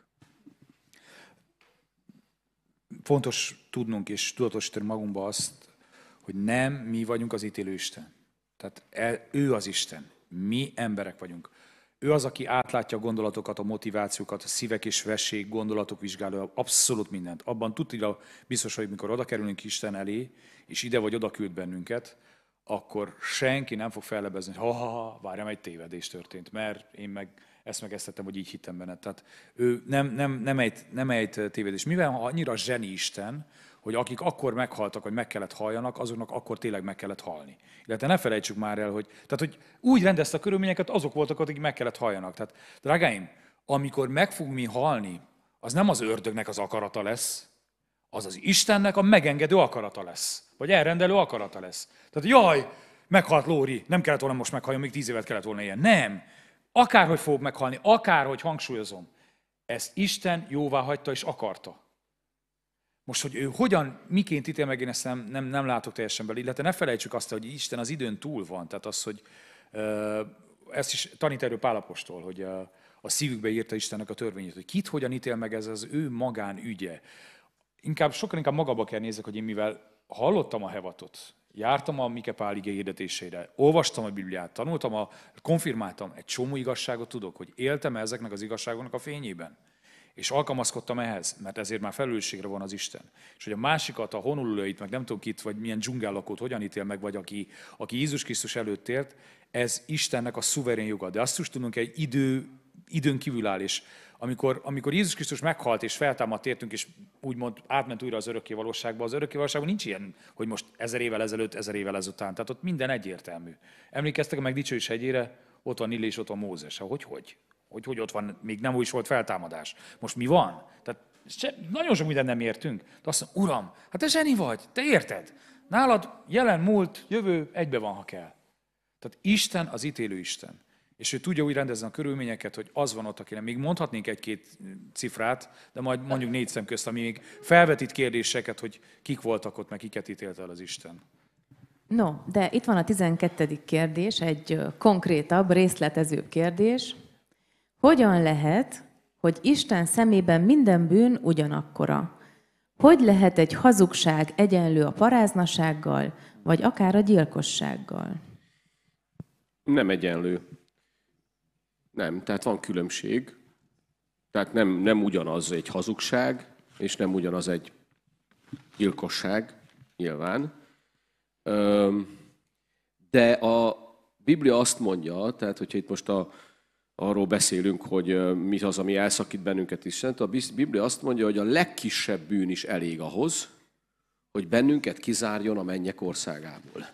Fontos tudnunk és tudatosítani magunkba azt, hogy nem mi vagyunk az ítélő Isten. Tehát ő az Isten. Mi emberek vagyunk. Ő az, aki átlátja a gondolatokat, a motivációkat, a szívek és vesség, gondolatok vizsgáló, abszolút mindent. Abban tudja biztos, hogy mikor oda kerülünk Isten elé, és ide vagy oda küld bennünket, akkor senki nem fog fellebezni, hogy várjam, egy tévedés történt, mert én meg ezt tettem, hogy így hittem benne. Tehát ő nem ejt tévedés. Mivel annyira zseni Isten, hogy akik akkor meghaltak, hogy meg kellett halljanak, azoknak akkor tényleg meg kellett halni. Illetve ne felejtsük már el, hogy úgy rendezte a körülményeket, azok voltak, akik meg kellett halljanak. Tehát, drágáim, amikor meg fogunk mi halni, az nem az ördögnek az akarata lesz, az az Istennek a megengedő akarata lesz. Vagy elrendelő akarata lesz. Tehát jaj, meghalt Lóri, nem kellett volna most meghalni, még 10 évet kellett volna ilyen. Nem. Akárhogy fog meghalni, akárhogy hangsúlyozom, ezt Isten jóvá hagyta és akarta. Most, hogy ő hogyan, miként ítél meg, én ezt nem látok teljesen belőle, illetve ne felejtsük azt, hogy Isten az időn túl van. Tehát az, hogy ezt is tanít erről Pál apostol, hogy a szívükbe írta Istennek a törvényét, hogy kit hogyan ítél meg, ez az ő magánügye. Sokkal inkább magába kell nézzek, hogy én mivel hallottam a Hevatot, jártam a Mike Pál ige hirdetésére, olvastam a Bibliát, tanultam, konfirmáltam, egy csomó igazságot tudok, hogy éltem ezeknek az igazságoknak a fényében. És alkalmazkodtam ehhez, mert ezért már felelősségre van az Isten. És hogy a másikat, a honolulóit, meg nem tudom kit, vagy milyen dzsungellakót hogyan ítél meg, vagy aki Jézus Krisztus előtt élt, ez Istennek a szuverén joga. De azt is tudunk, egy időn kívül áll, és amikor Jézus Krisztus meghalt és feltámadt értünk, és úgymond átment újra az örökké valóságba, az örökké valóságban nincs ilyen, hogy most 1000 évvel ezelőtt, 1000 évvel ezután. Tehát ott minden egyértelmű. Emlékeztek a Megdicsős hegyére, ott van Illé és ott van Mózes. Hogy ott van, még nem úgy is volt feltámadás. Most mi van? Tehát nagyon sok mindent nem értünk. De azt mondom, Uram, hát te zseni vagy, te érted. Nálad jelen, múlt, jövő egybe van, ha kell. Tehát Isten az ítélő Isten. És ő tudja úgy rendezni a körülményeket, hogy az van ott, akinek még mondhatnénk egy-két cifrát, de majd mondjuk 4 szem közt, ami még felvetít kérdéseket, hogy kik voltak ott, meg kiket ítélt el az Isten. No, de itt van a 12. kérdés, egy konkrétabb, részletezőbb kérdés. Hogyan lehet, hogy Isten szemében minden bűn ugyanakkora? Hogy lehet egy hazugság egyenlő a paráznasággal, vagy akár a gyilkossággal? Nem egyenlő. Nem, tehát van különbség. Tehát nem ugyanaz egy hazugság, és nem ugyanaz egy gyilkosság, nyilván. De a Biblia azt mondja, tehát hogyha itt most arról beszélünk, hogy mi az, ami elszakít bennünket Istentől, a Biblia azt mondja, hogy a legkisebb bűn is elég ahhoz, hogy bennünket kizárjon a mennyek országából.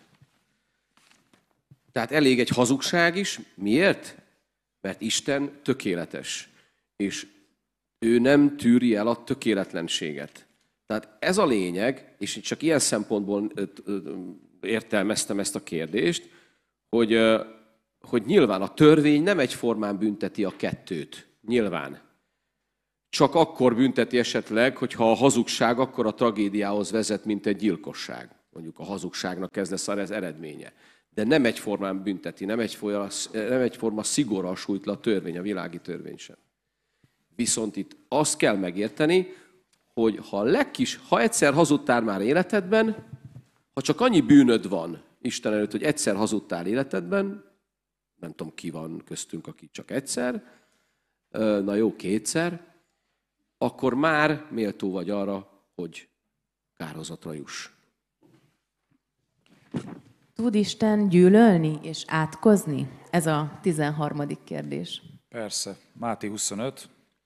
Tehát elég egy hazugság is. Miért? Mert Isten tökéletes, és ő nem tűri el a tökéletlenséget. Tehát ez a lényeg, és csak ilyen szempontból értelmeztem ezt a kérdést, hogy nyilván a törvény nem egyformán bünteti a kettőt. Nyilván. Csak akkor bünteti esetleg, hogyha a hazugság akkor a tragédiához vezet, mint egy gyilkosság. Mondjuk a hazugságnak ez lesz az eredménye. De nem egyformán bünteti, nem egyforma szigorral sújt le a törvény, a világi törvény sem. Viszont itt azt kell megérteni, hogy ha egyszer hazudtál már életedben, ha csak annyi bűnöd van Isten előtt, hogy egyszer hazudtál életedben, nem tudom, ki van köztünk, aki csak egyszer, na jó, 2-szer, akkor már méltó vagy arra, hogy kárhozatra juss. Tud Isten gyűlölni és átkozni? Ez a 13. kérdés. Persze. Máté 25,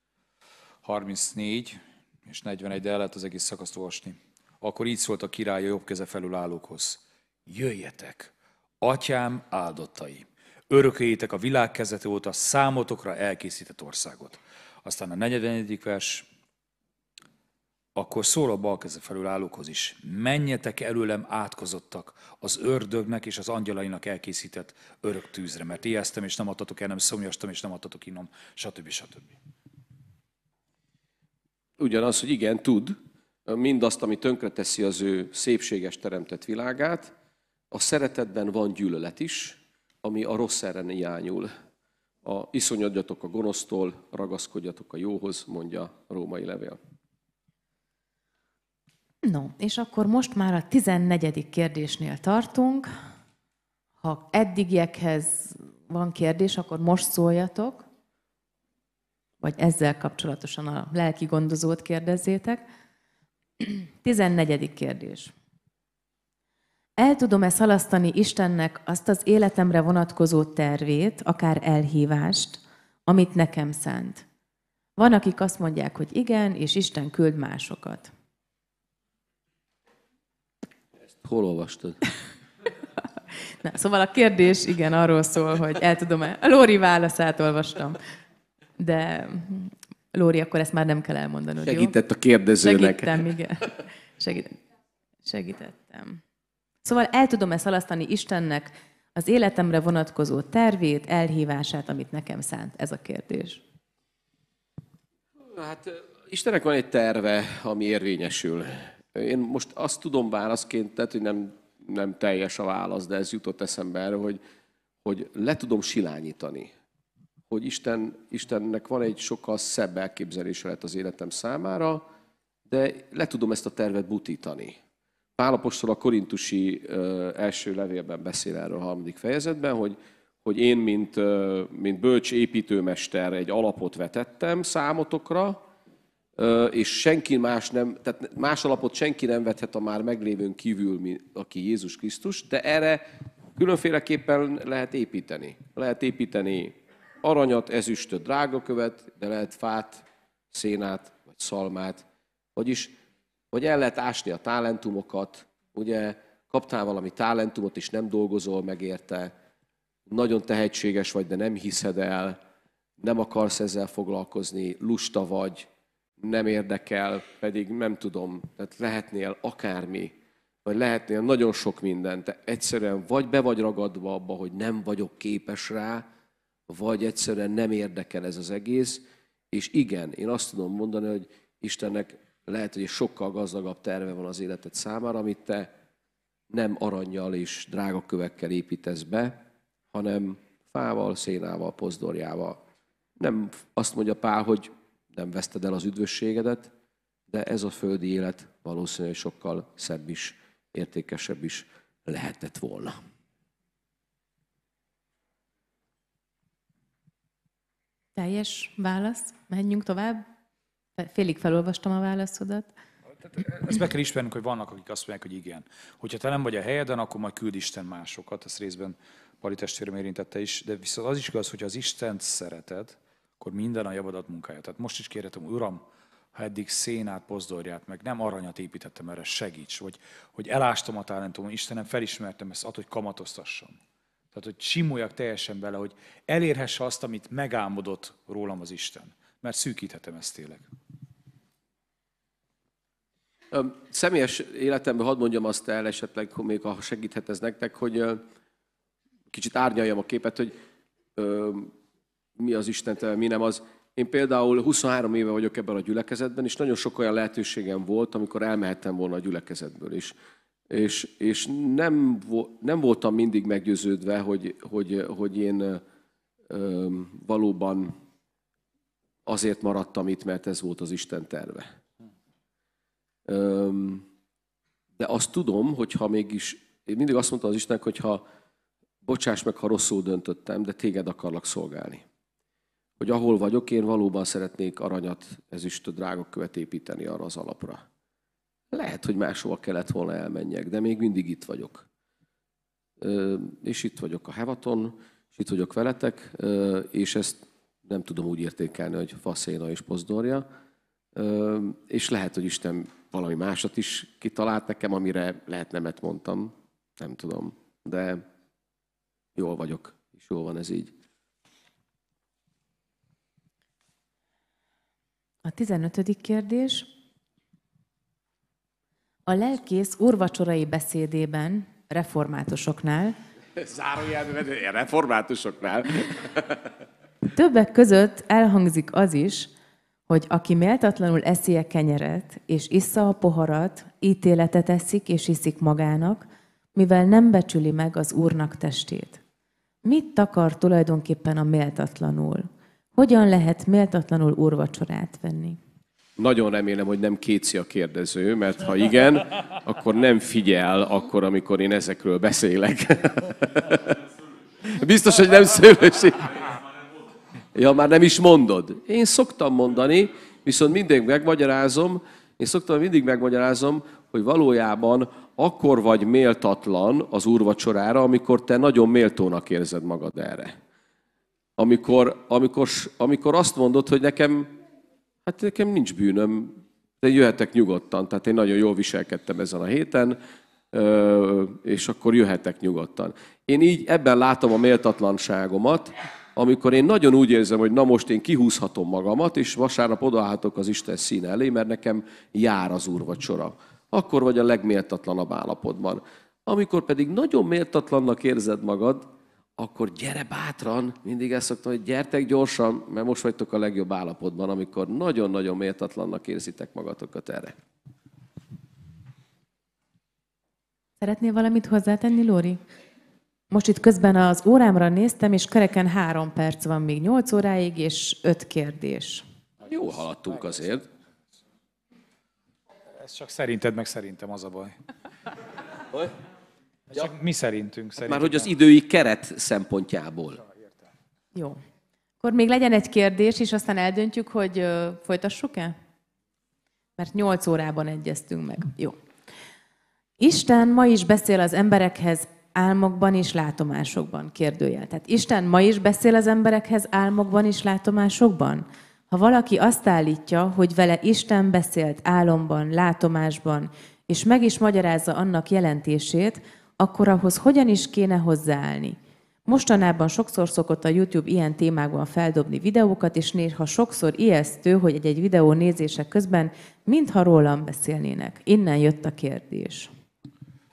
34 és 41, de el lehet az egész szakaszt olvasni. Akkor így szólt a király a jobb keze felül állókhoz. Jöjjetek, atyám áldottai, örököljétek a világ kezdete óta számotokra elkészített országot. Aztán a 44. vers, akkor szól a bal keze felül állókhoz is. Menjetek előlem átkozottak az ördögnek és az angyalainak elkészített örök tűzre, mert éheztem és nem adtatok el, nem szomjastam és nem adtatok innom, stb. Stb. Ugyanaz, hogy igen, tud, mindazt, ami tönkreteszi az ő szépséges teremtett világát, a szeretetben van gyűlölet is, ami a rossz ellen irányul. Iszonyodjatok a gonosztól, ragaszkodjatok a jóhoz, mondja a római levél. No, és akkor most már a 14. kérdésnél tartunk. Ha eddigiekhez van kérdés, akkor most szóljatok, vagy ezzel kapcsolatosan a lelki gondozót kérdezzétek. 14. kérdés. El tudom-e szalasztani Istennek azt az életemre vonatkozó tervét, akár elhívást, amit nekem szánt? Van, akik azt mondják, hogy igen, és Isten küld másokat. Hol olvastad? Na, szóval a kérdés igen arról szól, hogy el tudom-e. A Lóri válaszát olvastam. De Lóri, akkor ezt már nem kell elmondanod, Segített a kérdezőnek. Segítettem, igen. Segítettem. Szóval el tudom-e szalasztani Istennek az életemre vonatkozó tervét, elhívását, amit nekem szánt? Ez a kérdés. Hát Istennek van egy terve, ami érvényesül. Én most azt tudom válaszként, tehát, hogy nem teljes a válasz, de ez jutott eszembe erre, hogy le tudom silányítani. Hogy Istennek van egy sokkal szebb elképzelése lett az életem számára, de le tudom ezt a tervet butítani. Pál apostol a korintusi első levélben beszél erről a 3. fejezetben, hogy én, mint bölcs építőmester egy alapot vetettem számotokra, és senki más nem, tehát más alapot senki nem vethet a már meglévőn kívül, aki Jézus Krisztus, de erre különféleképpen lehet építeni. Lehet építeni aranyat, ezüstöt, drágakövet, de lehet fát, szénát, vagy szalmát, vagy el lehet ásni a talentumokat, ugye kaptál valami talentumot, és nem dolgozol meg érte, nagyon tehetséges vagy, de nem hiszed el, nem akarsz ezzel foglalkozni, lusta vagy, nem érdekel, pedig nem tudom, tehát lehetnél akármi, vagy lehetnél nagyon sok minden. Te egyszerűen vagy be vagy ragadva abba, hogy nem vagyok képes rá, vagy egyszerűen nem érdekel ez az egész. És igen, én azt tudom mondani, hogy Istennek lehet, hogy egy sokkal gazdagabb terve van az életed számára, amit te nem arannyal és drága kövekkel építesz be, hanem fával, szénával, pozdorjával. Nem azt mondja Pál, hogy nem veszted el az üdvösségedet, de ez a földi élet valószínűleg sokkal szebb is, értékesebb is lehetett volna. Teljes válasz? Menjünk tovább? Félig felolvastam a válaszodat. Ezt be kell ismernünk, hogy vannak, akik azt mondják, hogy igen. Hogyha te nem vagy a helyeden, akkor majd küld Isten másokat. Ezt részben Pali testvérem érintette is. De viszont az is igaz, hogy ha az Istent szereted, akkor minden a javadat munkája. Tehát most is kérhetem, Uram, ha eddig szénát, pozdorját, meg nem aranyat építettem erre, segíts. Vagy hogy elástam a talentumon, Istenem, felismertem ezt, hogy kamatoztassam. Tehát, hogy simuljak teljesen bele, hogy elérhesse azt, amit megálmodott rólam az Isten. Mert szűkíthetem ezt tényleg. Személyes életemben hadd mondjam azt el esetleg, még ha segíthet ez nektek, hogy kicsit árnyaljam a képet, hogy mi az Isten, mi nem az. Én például 23 éve vagyok ebben a gyülekezetben, és nagyon sok olyan lehetőségem volt, amikor elmehettem volna a gyülekezetből is. És nem voltam mindig meggyőződve, hogy én valóban azért maradtam itt, mert ez volt az Isten terve. De azt tudom, hogyha mégis, én mindig azt mondtam az Istennek, hogyha bocsáss meg, ha rosszul döntöttem, de téged akarlak szolgálni. Hogy ahol vagyok, én valóban szeretnék aranyat, ezüstöt, drágakövet építeni arra az alapra. Lehet, hogy máshova kellett volna elmenjek, de még mindig itt vagyok. És itt vagyok a Hevaton, és itt vagyok veletek, és ezt nem tudom úgy értékelni, hogy faszéna és pozdorja. És lehet, hogy Isten valami másat is kitalált nekem, amire lehet nemet mondtam. Nem tudom, de jól vagyok, és jól van ez így. A 15. kérdés. A lelkész úrvacsorai beszédében, reformátusoknál, Zárójelben, reformátusoknál. többek között elhangzik az is, hogy aki méltatlanul eszi a kenyeret, és issza a poharat, ítéletet eszik és iszik magának, mivel nem becsüli meg az Úrnak testét. Mit takar tulajdonképpen a méltatlanul? Hogyan lehet méltatlanul úrvacsorát venni? Nagyon remélem, hogy nem kétszi a kérdező, mert ha igen, akkor nem figyel akkor, amikor én ezekről beszélek. Biztos, hogy nem szőlőség. Ja, már nem is mondod. Én szoktam mondani, viszont mindig megmagyarázom, hogy valójában akkor vagy méltatlan az úrvacsorára, amikor te nagyon méltónak érzed magad erre. Amikor azt mondod, hogy nekem nincs bűnöm, de jöhetek nyugodtan. Tehát én nagyon jól viselkedtem ezen a héten, és akkor jöhetek nyugodtan. Én így ebben látom a méltatlanságomat, amikor én nagyon úgy érzem, hogy na most én kihúzhatom magamat, és vasárnap odaállhatok az Isten színe elé, mert nekem jár az úrvacsora. Akkor vagy a legméltatlanabb állapotban. Amikor pedig nagyon méltatlannak érzed magad, akkor gyere bátran, mindig ezt szoktam, hogy gyertek gyorsan, mert most vagytok a legjobb állapotban, amikor nagyon-nagyon méltatlannak érzitek magatokat erre. Szeretnél valamit hozzátenni, Lóri? Most itt közben az órámra néztem, és kereken 3 perc van még 8 óráig, és 5 kérdés. Jól haladtunk azért. Ez csak szerinted, meg szerintem az a baj. Hogy? Csak mi szerintünk. Már hogy az idői keret szempontjából. Jó. Akkor még legyen egy kérdés, és aztán eldöntjük, hogy folytassuk-e? Mert 8 órában egyeztünk meg. Jó. Isten ma is beszél az emberekhez álmokban és látomásokban, kérdőjel. Tehát Isten ma is beszél az emberekhez álmokban és látomásokban? Ha valaki azt állítja, hogy vele Isten beszélt álomban, látomásban, és meg is magyarázza annak jelentését, akkor ahhoz hogyan is kéne hozzáállni? Mostanában sokszor szokott a YouTube ilyen témákban feldobni videókat, és néha sokszor ijesztő, hogy egy videó nézése közben mintha rólam beszélnének. Innen jött a kérdés.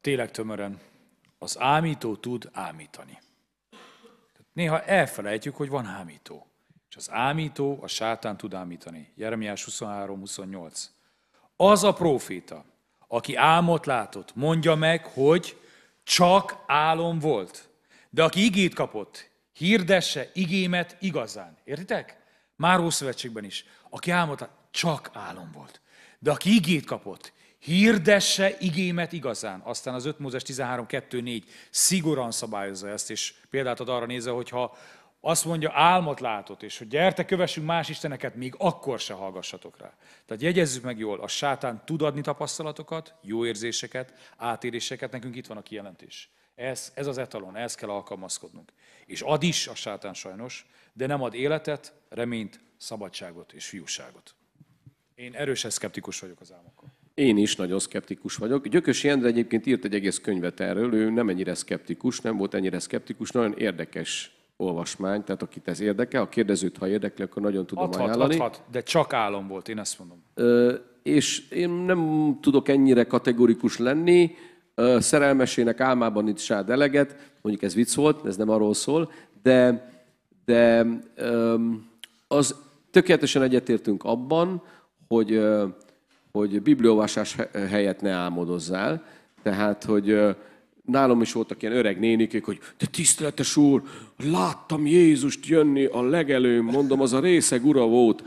Tényleg tömören. Az ámító tud ámítani. Néha elfelejtjük, hogy van ámító. És az ámító, a sátán tud ámítani. Jeremiás 23-28. Az a próféta, aki álmot látott, mondja meg, hogy csak álom volt. De aki igét kapott, hirdesse igémet igazán. Értitek? Már Ószövetségben is. Aki álmot látott, csak álom volt. De aki igét kapott, hirdesse igémet igazán. Aztán az 5 Mózes 13.2.4 szigorúan szabályozza ezt, és példát ad arra nézve, hogyha azt mondja, álmot látott, és hogy gyertek, kövessünk más isteneket, még akkor se hallgassatok rá. Tehát jegyezzük meg jól, a sátán tud adni tapasztalatokat, jó érzéseket, átéréseket, nekünk itt van a kijelentés. Ez az etalon, ehhez kell alkalmazkodnunk. És ad is a sátán sajnos, de nem ad életet, reményt, szabadságot és fiúságot. Én erősen szkeptikus vagyok az álmokkal. Én is nagyon szkeptikus vagyok. Gyökösi Endre egyébként írt egy egész könyvet erről, ő nem ennyire szkeptikus, nem volt ennyire szkeptikus, nagyon érdekes olvasmány, tehát akit ez érdekel, a kérdezőt, ha érdekli, akkor nagyon tudom ajánlani. De csak álom volt, én ezt mondom. És én nem tudok ennyire kategorikus lenni, szerelmesének álmában itt sád eleget, mondjuk ez vicc volt, ez nem arról szól, de az tökéletesen egyetértünk abban, hogy bibliaolvasás helyett ne álmodozzál. Tehát, hogy nálam is voltak ilyen öreg nénikék, hogy de tiszteletes úr, láttam Jézust jönni a legelőn, mondom, az a részeg ura volt.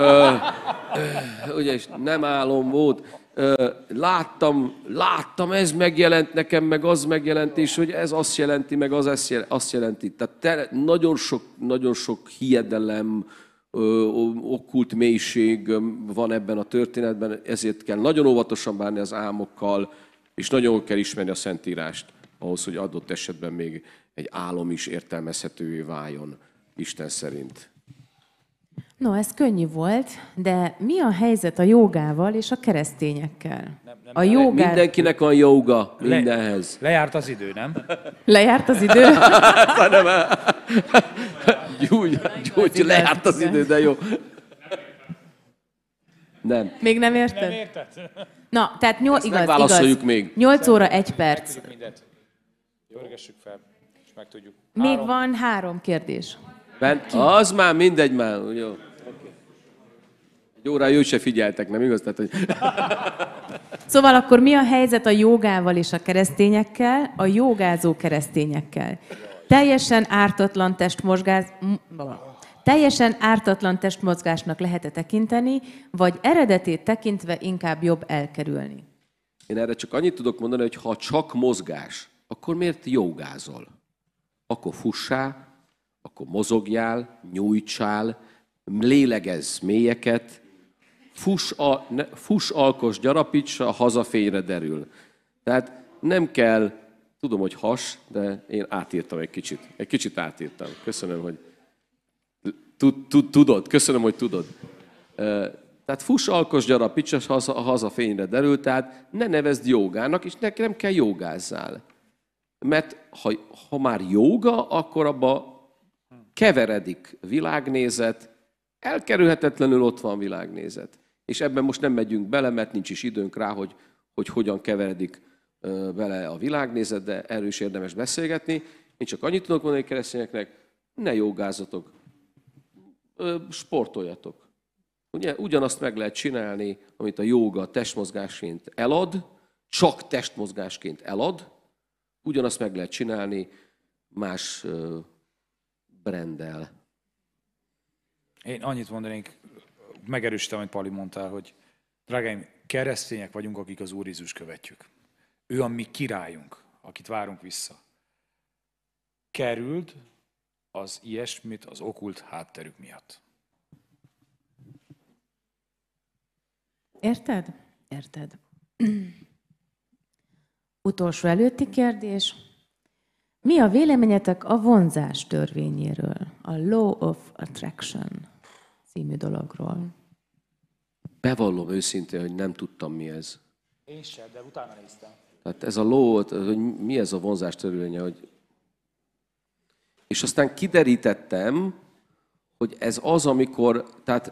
Ugye, és nem álom volt. Láttam, ez megjelent nekem, meg az megjelent, és hogy ez azt jelenti, meg az azt jelenti. Tehát nagyon sok hiedelem, okkult mélység van ebben a történetben, ezért kell nagyon óvatosan bánni az álmokkal, és nagyon kell ismerni a Szentírást, ahhoz, hogy adott esetben még egy álom is értelmezhetővé váljon Isten szerint. No, ez könnyű volt, de mi a helyzet a jogával és a keresztényekkel? A jogá... Mindenkinek van joga mindenhez. Lejárt az idő, nem? Lejárt az idő? Gyújt, lejárt az idő, de jó. Nem. Még nem érted? Nem érted? Na, tehát megválaszoljuk még. 8 óra 1 perc. Pörgessük fel, és megtudjuk. Még van 3 kérdés. Az már mindegy már. Jó. Egy órája se figyeltek, nem igaz? Tehát, hogy... Szóval akkor mi a helyzet a jogával és a keresztényekkel, a jogázó keresztényekkel? Teljesen ártatlan testmozgásnak lehet-e tekinteni, vagy eredetét tekintve inkább jobb elkerülni? Én erre csak annyit tudok mondani, hogy ha csak mozgás, akkor miért jogázol? Akkor fussál, akkor mozogjál, nyújtsál, lélegezz mélyeket, fuss, alkos, gyarapíts, a hazafényre derül. Tehát nem kell, tudom, hogy has, de én átírtam egy kicsit. Egy kicsit átírtam. Köszönöm, hogy tudod. Köszönöm, hogy tudod. Tehát fuss, alkos, gyarapíts, a hazafényre derül, tehát ne nevezd jogának, és neki nem kell jogázzál. Mert ha már jóga, akkor abba keveredik világnézet, elkerülhetetlenül ott van világnézet. És ebben most nem megyünk bele, mert nincs is időnk rá, hogy hogyan keveredik bele a világnézet, de erről is érdemes beszélgetni. Én csak annyit tudok mondani a keresztényeknek, ne jogázatok, sportoljatok. Ugye, ugyanazt meg lehet csinálni, amit a jóga testmozgásként elad, csak testmozgásként elad, ugyanazt meg lehet csinálni más brenddel. Én annyit mondanék, megerősítem, amit Pali mondtál, hogy drágáim, keresztények vagyunk, akik az Úr Jézus követjük. Ő a mi királyunk, akit várunk vissza. Kerüld az ilyesmit az okkult hátterük miatt. Érted? Érted. Utolsó előtti kérdés. Mi a véleményetek a vonzás törvényéről? A Law of Attraction című dologról. Bevallom őszintén, hogy nem tudtam, mi ez. Én sem, de utána néztem. Tehát ez a law, hogy mi ez a vonzás törvénye, hogy... És aztán kiderítettem, hogy ez az, amikor, tehát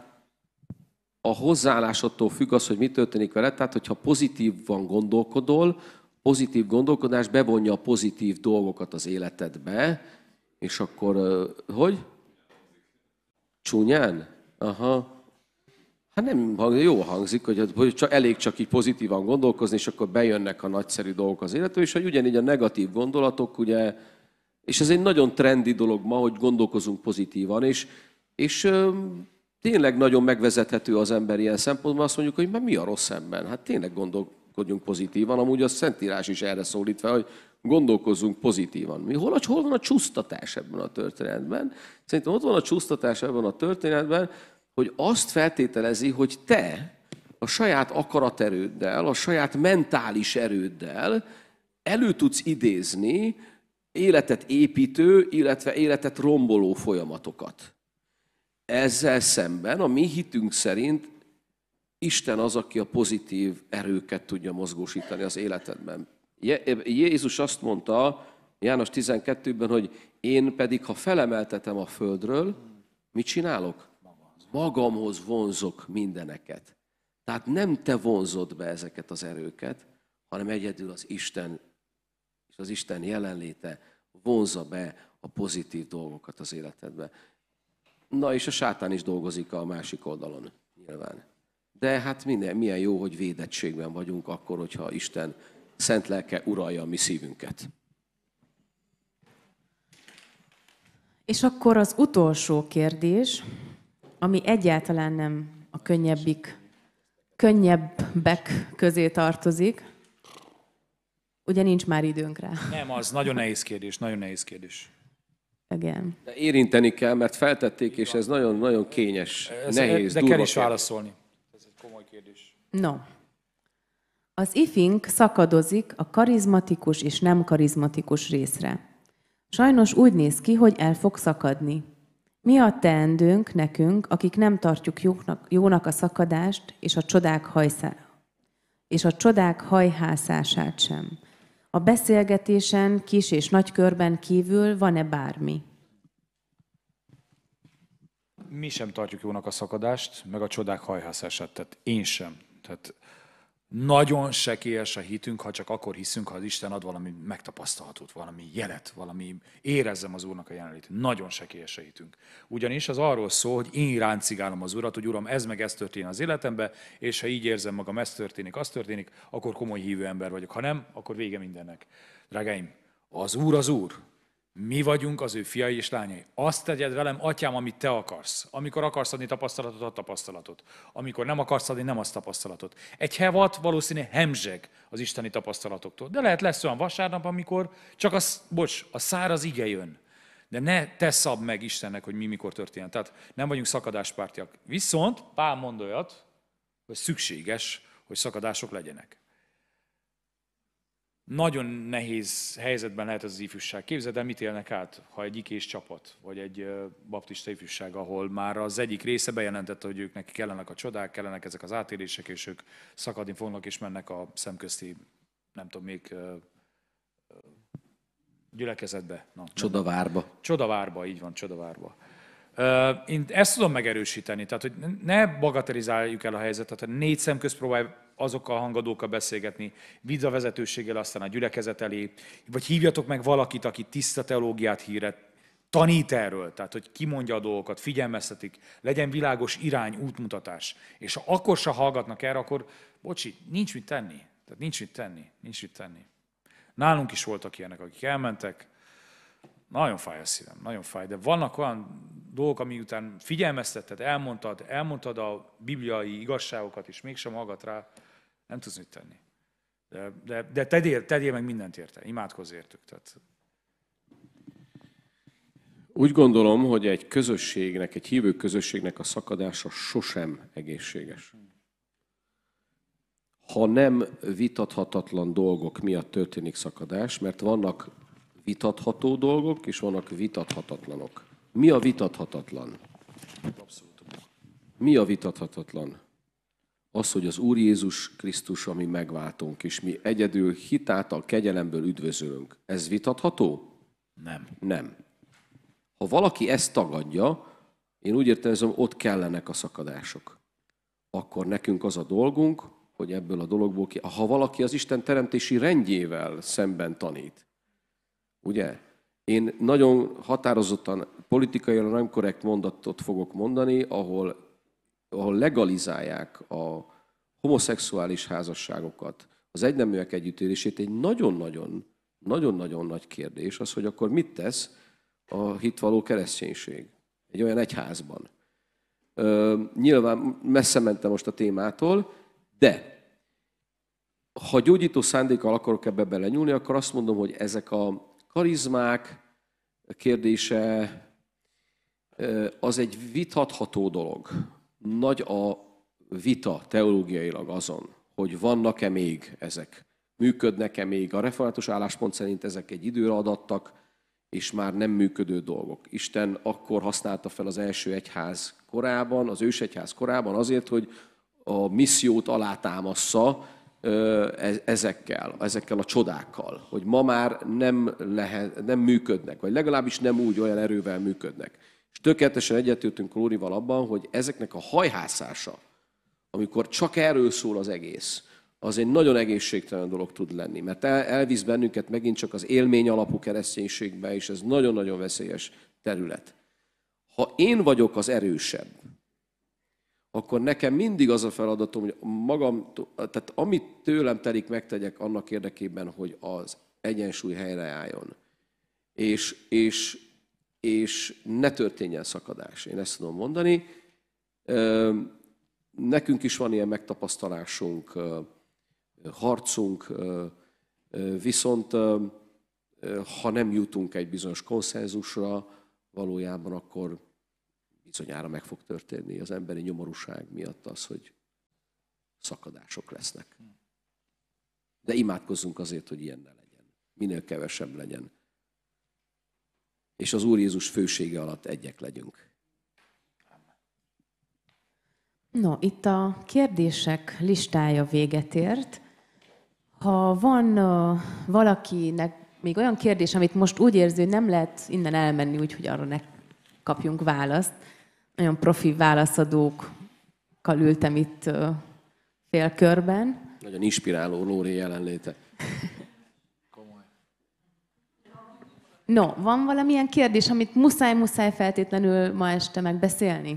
a hozzáállásodtól függ az, hogy mi történik vele, tehát hogyha pozitívan gondolkodol, pozitív gondolkodás bevonja a pozitív dolgokat az életedbe, és akkor, hogy? Csúnyán? Aha. Hát nem jól hangzik, hogy elég csak így pozitívan gondolkozni, és akkor bejönnek a nagyszerű dolgok az életbe, és hogy ugyanígy a negatív gondolatok, ugye, és ez egy nagyon trendi dolog ma, hogy gondolkozunk pozitívan, és tényleg nagyon megvezethető az ember ilyen szempontból, azt mondjuk, hogy mi a rossz ebben? Hát tényleg gondolkodjunk pozitívan, amúgy a Szentírás is erre szólít fel, hogy gondolkozzunk pozitívan. Hol van a csúsztatás ebben a történetben? Szerintem ott van a csúsztatás ebben a történetben, hogy azt feltételezi, hogy te a saját akaraterőddel, a saját mentális erőddel elő tudsz idézni életet építő, illetve életet romboló folyamatokat. Ezzel szemben a mi hitünk szerint Isten az, aki a pozitív erőket tudja mozgósítani az életedben. Jézus azt mondta János 12-ben, hogy én pedig, ha felemeltetem a földről, mit csinálok? Magamhoz vonzok mindeneket. Tehát nem te vonzod be ezeket az erőket, hanem egyedül az Isten, és az Isten jelenléte vonzza be a pozitív dolgokat az életedbe. Na és a sátán is dolgozik a másik oldalon, nyilván. De hát milyen jó, hogy védettségben vagyunk akkor, hogyha Isten szent lelke uralja a mi szívünket. És akkor az utolsó kérdés, ami egyáltalán nem a könnyebbek közé tartozik. Ugye nincs már időnk rá. Nem, az nagyon nehéz kérdés, nagyon nehéz kérdés. Igen. De érinteni kell, mert feltették, és ez nagyon-nagyon kényes, nehéz, de durva kell is kérdés. válaszolni. Ez egy komoly kérdés. No. Az ifink szakadozik a karizmatikus és nem karizmatikus részre. Sajnos úgy néz ki, hogy el fog szakadni. Mi a teendőnk nekünk, akik nem tartjuk jónak a szakadást és a csodák hajhászását sem? A beszélgetésen, kis és nagy körben kívül van-e bármi? Mi sem tartjuk jónak a szakadást, meg a csodák hajhászását, tehát én sem. Tehát nagyon sekélyes a hitünk, ha csak akkor hiszünk, ha az Isten ad valami megtapasztalhatót, valami jelet, valami érezzem az Úrnak a jelenlétét. Nagyon sekélyes a hitünk. Ugyanis az arról szól, hogy én ráncigálom az Urat, hogy Uram, ez meg ez történik az életemben, és ha így érzem magam, ez történik, az történik, akkor komoly hívő ember vagyok. Ha nem, akkor vége mindennek. Drágáim, az Úr az Úr. Mi vagyunk az ő fiai és lányai. Azt tegyed velem, atyám, amit te akarsz. Amikor akarsz adni tapasztalatot, ad tapasztalatot. Amikor nem akarsz adni, nem azt tapasztalatot. Egy hevat valószínűleg hemzseg az isteni tapasztalatoktól. De lesz olyan vasárnap, amikor csak a száraz ige jön. De ne te szabd meg Istennek, hogy mi mikor történjen. Tehát nem vagyunk szakadáspártiak. Viszont Pál mond olyat, hogy szükséges, hogy szakadások legyenek. Nagyon nehéz helyzetben lehet ez az ifjúság. Képzeld el, mit élnek át, ha egy ikés csapat, vagy egy baptista ifjúság, ahol már az egyik része bejelentette, hogy ők neki kellenek a csodák, kellenek ezek az átélések, és ők szakadni fognak, és mennek a szemközti, nem tudom még, gyülekezetbe. Csodavárba. Csodavárba, így van, Csodavárba. Én ezt tudom megerősíteni, tehát hogy ne bagatelizáljuk el a helyzetet, hogy 4 szem közt próbálj azokkal a hangadókkal beszélgetni, vidd a vezetőséggel aztán a gyülekezet elé, vagy hívjatok meg valakit, aki tiszta teológiát híret, tanít erről, tehát hogy kimondja a dolgokat, figyelmeztetik, legyen világos irány, útmutatás. És ha akkor se hallgatnak erre, akkor, bocsi, nincs mit tenni. Tehát nincs mit tenni. Nálunk is voltak ilyenek, akik elmentek, nagyon fáj a szívem, nagyon fáj, de vannak olyan dolgok, ami után figyelmeztetted, elmondtad a bibliai igazságokat, és mégsem hallgat rá, nem tudsz mit tenni. De tegyél meg mindent érte, imádkozz értük. Tehát. Úgy gondolom, hogy egy közösségnek, egy hívő közösségnek a szakadása sosem egészséges. Ha nem vitathatatlan dolgok miatt történik szakadás, mert vannak vitatható dolgok, és vannak vitathatatlanok. Mi a vitathatatlan? Mi a vitathatatlan? Az, hogy az Úr Jézus Krisztus, ami megváltunk, és mi egyedül hitáltal kegyelemből üdvözölünk. Ez vitatható? Nem. Ha valaki ezt tagadja, én úgy értelmezem, ott kellenek a szakadások. Akkor nekünk az a dolgunk, hogy ebből a dologból ha valaki az Isten teremtési rendjével szemben tanít, ugye? Én nagyon határozottan politikailag nem korrekt mondatot fogok mondani, ahol legalizálják a homoszexuális házasságokat, az egyneműek együttélését, egy nagyon-nagyon nagy kérdés az, hogy akkor mit tesz a hitvalló kereszténység egy olyan egyházban. Nyilván messze mentem most a témától, de ha gyógyító szándékkal akarok ebbe belenyúlni, akkor azt mondom, hogy ezek a karizmák kérdése az egy vitatható dolog. Nagy a vita teológiailag azon, hogy vannak-e még ezek, működnek-e még. A református álláspont szerint ezek egy időre adattak, és már nem működő dolgok. Isten akkor használta fel az első egyház korában, az ősegyház korában azért, hogy a missziót alátámassza ezekkel a csodákkal, hogy ma már nem működnek, vagy legalábbis nem úgy olyan erővel működnek. És tökéletesen egyetértünk Lórival abban, hogy ezeknek a hajhászása, amikor csak erről szól az egész, az egy nagyon egészségtelen dolog tud lenni, mert elvisz bennünket megint csak az élmény alapú kereszténységbe, és ez nagyon-nagyon veszélyes terület. Ha én vagyok az erősebb, akkor nekem mindig az a feladatom, hogy tehát amit tőlem telik, megtegyek annak érdekében, hogy az egyensúly helyreálljon. És ne történjen szakadás. Én ezt tudom mondani. Nekünk is van ilyen megtapasztalásunk, harcunk, viszont ha nem jutunk egy bizonyos konszenzusra, valójában akkor bizonyára meg fog történni az emberi nyomorúság miatt az, hogy szakadások lesznek. De imádkozzunk azért, hogy ilyen ne legyen. Minél kevesebb legyen. És az Úr Jézus fősége alatt egyek legyünk. No, itt a kérdések listája véget ért. Ha van valakinek még olyan kérdés, amit most úgy érzi, hogy nem lehet innen elmenni, úgyhogy arra ne kapjunk választ. Nagyon profi válaszadókkal ültem itt félkörben. Nagyon inspiráló Lóri jelenléte. No, van valamilyen kérdés, amit muszáj feltétlenül ma este megbeszélni?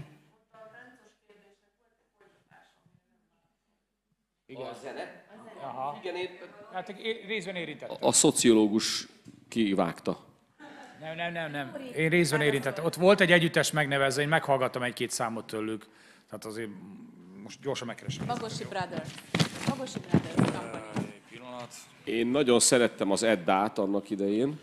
Igen. A zene? Aha. Igen, Hát részben érintettem. a szociológus kivágta. Nem. Én részben érintettem. Ott volt egy együttes megnevezve, én meghallgattam egy-két számot tőlük. Tehát azért most gyorsan megkeresem. Bagosi Brothers. Bagosi Brothers Company. Pillanat. Én nagyon szerettem az Eddát annak idején.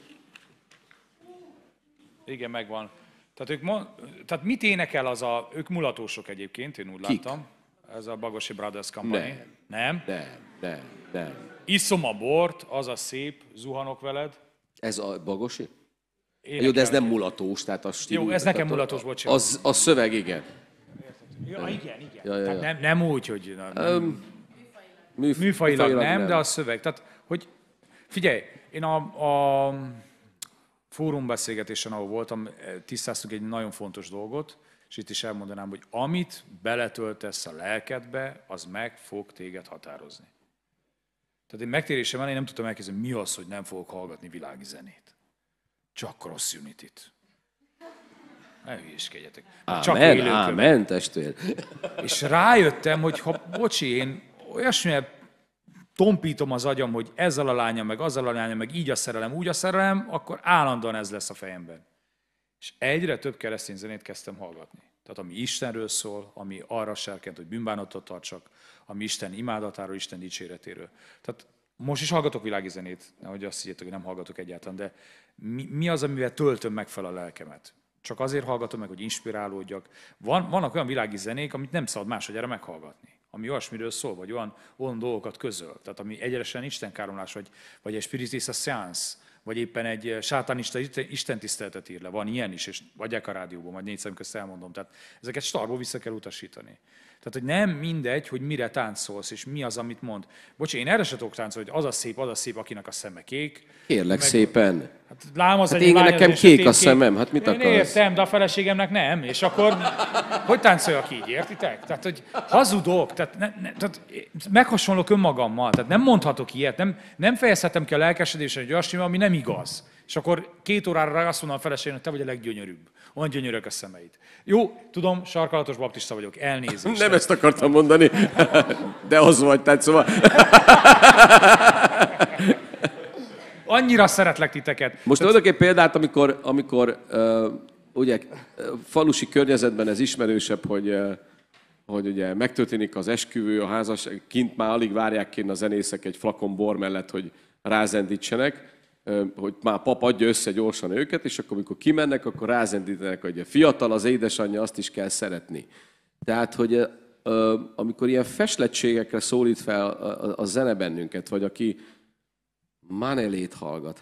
Igen, megvan. Tehát mit énekel ők mulatósok egyébként, én úgy láttam. Ez a Bagosi Brothers Company. Nem? Nem. Iszom a bort, az a szép, zuhanok veled. Ez a Bagosi? Énekel. Jó, de ez nem mulatós, tehát a stílus. Jó, ez nekem mulatos, bocsánat. A szöveg, igen. Ja, igen. Ja. Tehát nem úgy, hogy... Műfajilag Műfajilag nem, de a szöveg. Tehát, hogy figyelj, én a fórumbeszélgetésen, ahol voltam, tisztáztuk egy nagyon fontos dolgot, és itt is elmondanám, hogy amit beletöltesz a lelkedbe, az meg fog téged határozni. Tehát én megtérésem én nem tudtam elképzelni, mi az, hogy nem fogok hallgatni világi zenét. Csak Cross Unity-t. Ne hülyéskedjetek. Csak Ámen, testvér. És rájöttem, hogy bocsi, én olyasmivel tompítom az agyam, hogy ezzel a lányom, meg azzal a lányom, meg így a szerelem, úgy a szerelem, akkor állandóan ez lesz a fejemben. És egyre több keresztény zenét kezdtem hallgatni. Tehát ami Istenről szól, ami arra serkent, hogy bűnbánatot tartsak, ami Isten imádatáról, Isten dicséretéről. Tehát most is hallgatok világi zenét, nehogy azt higgyetek, hogy nem hallgatok egyáltalán, de mi az, amivel töltöm meg fel a lelkemet? Csak azért hallgatom meg, hogy inspirálódjak. Vannak olyan világi zenék, amit nem szabad másodjára meghallgatni, ami olyasmiről szól, vagy olyan dolgokat közöl. Tehát ami egyenesen istenkáromlás, vagy egy spiritista seance, vagy éppen egy sátánista istentiszteletet ír le. Van ilyen is, és adják a rádióban, majd 4 szem közt elmondom. Tehát ezeket starból vissza kell utasítani. Tehát, hogy nem mindegy, hogy mire táncolsz, és mi az, amit mond. Bocs, én erre se tudok táncolni, hogy az a szép, akinek a szeme kék. Kérlek szépen. Hát, lám az Hát egy lány, nekem az kék sötét a szemem, hát mit Én akarsz? értem, de a feleségemnek nem. És akkor hogy táncoljak így, értitek? Tehát, hogy hazudok, tehát meghasonlok önmagammal, tehát nem mondhatok ilyet, nem fejezhetem ki a lelkesedésen egy olyasmivel, ami nem igaz. És akkor 2 órára azt mondom a feleségemnek, te vagy a leggyönyörűbb. Olyan gyönyörök a szemeid. Jó, tudom, sarkalatos baptista vagyok, elnézést. Nem ezt akartam mondani, de az vagy, tehát szóval... Annyira szeretlek titeket. Most adok egy példát, amikor ugye falusi környezetben ez ismerősebb, hogy ugye megtörténik az esküvő, a házasság, kint már alig várják kint a zenészek egy flakon bor mellett, hogy rázendítsenek, hogy már pap adja össze gyorsan őket, és akkor amikor kimennek, akkor rázendítenek, hogy a fiatal, az édesanyja, azt is kell szeretni. Tehát, hogy amikor ilyen feslettségekre szólít fel a zene bennünket, vagy aki Manelét hallgat,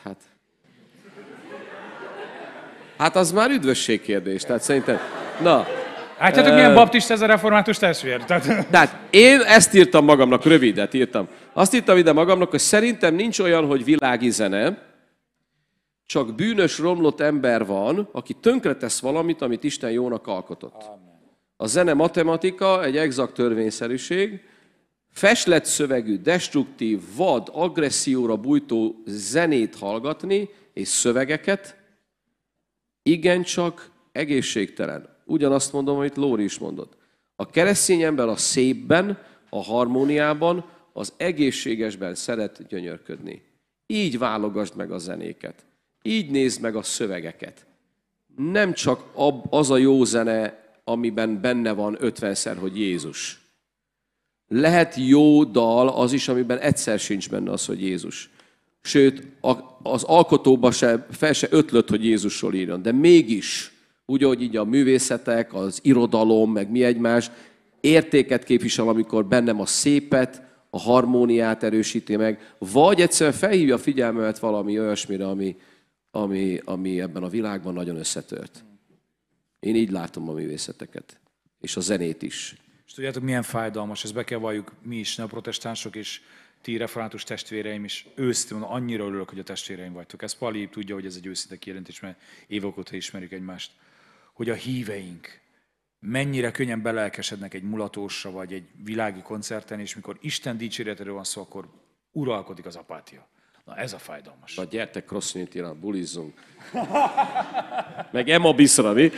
hát az már üdvösség kérdés, tehát szerintem, na. Látjátok, milyen baptista ez a református testvér? Tehát én ezt írtam magamnak, rövidet írtam. Azt írtam ide magamnak, hogy szerintem nincs olyan, hogy világi zene, csak bűnös, romlott ember van, aki tönkretesz valamit, amit Isten jónak alkotott. A zene matematika, egy exakt törvényszerűség, feslett szövegű, destruktív, vad, agresszióra bújtó zenét hallgatni, és szövegeket, igencsak egészségtelen. Ugyanazt mondom, amit Lóri is mondott. A keresztény ember a szépben, a harmóniában, az egészségesben szeret gyönyörködni. Így válogasd meg a zenéket. Így nézd meg a szövegeket. Nem csak az a jó zene, amiben benne van 50-szer, hogy Jézus. Lehet jó dal az is, amiben egyszer sincs benne az, hogy Jézus. Sőt, az alkotóba fel se ötlött, hogy Jézusról írjon. De mégis, úgy, hogy így a művészetek, az irodalom, meg mi egymás, értéket képvisel, amikor bennem a szépet, a harmóniát erősíti meg, vagy egyszerűen felhívja a figyelmemet valami olyasmire, ami ebben a világban nagyon összetört. Én így látom a művészeteket, és a zenét is. És tudjátok, milyen fájdalmas, ezt be kell valljuk mi is, neoprotestánsok, és ti református testvéreim is, őszintén annyira örülök, hogy a testvéreim vagytok. Ezt Pali tudja, hogy ez egy őszinte kijelentés, mert évek óta ismerjük egymást, hogy a híveink mennyire könnyen belelkesednek egy mulatósra, vagy egy világi koncerten, és mikor Isten dicséretéről van szó, akkor uralkodik az apátia. Na ez a fájdalmas. Na gyertek crossfitira, bulizzunk. Meg Emma Biszra, mi?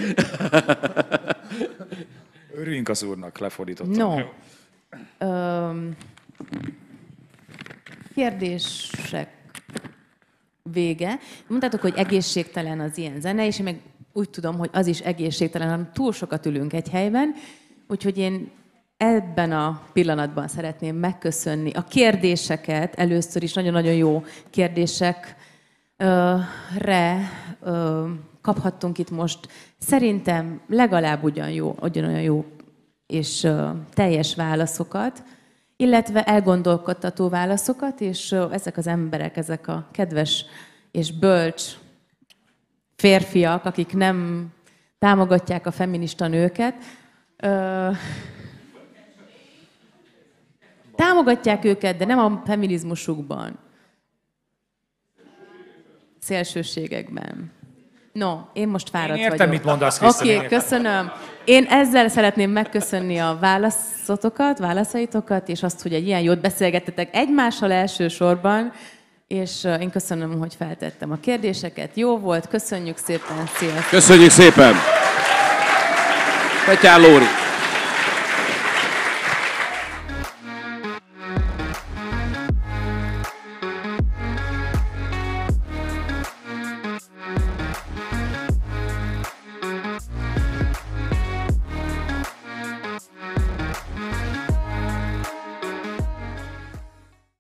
Örüljünk az Úrnak, lefordítottam. No. Kérdések vége. Mondtátok, hogy egészségtelen az ilyen zene, és én meg úgy tudom, hogy az is egészségtelen, hanem túl sokat ülünk egy helyben, úgyhogy én ebben a pillanatban szeretném megköszönni a kérdéseket, először is nagyon-nagyon jó kérdésekre kaphattunk itt most. Szerintem legalább ugyanolyan jó és teljes válaszokat, illetve elgondolkodtató válaszokat, és ezek az emberek, ezek a kedves és bölcs férfiak, akik nem támogatják a feminista nőket, támogatják őket, de nem a feminizmusukban. Szélsőségekben. No, én most fáradt vagyok. Én értem, mit mondasz, Krisztina. Oké, köszönöm. Én ezzel szeretném megköszönni a válaszaitokat, és azt, hogy egy ilyen jót beszélgettetek egymással elsősorban, és én köszönöm, hogy feltettem a kérdéseket. Jó volt, köszönjük szépen, sziasztok! Köszönjük szépen! Petyár Lóri!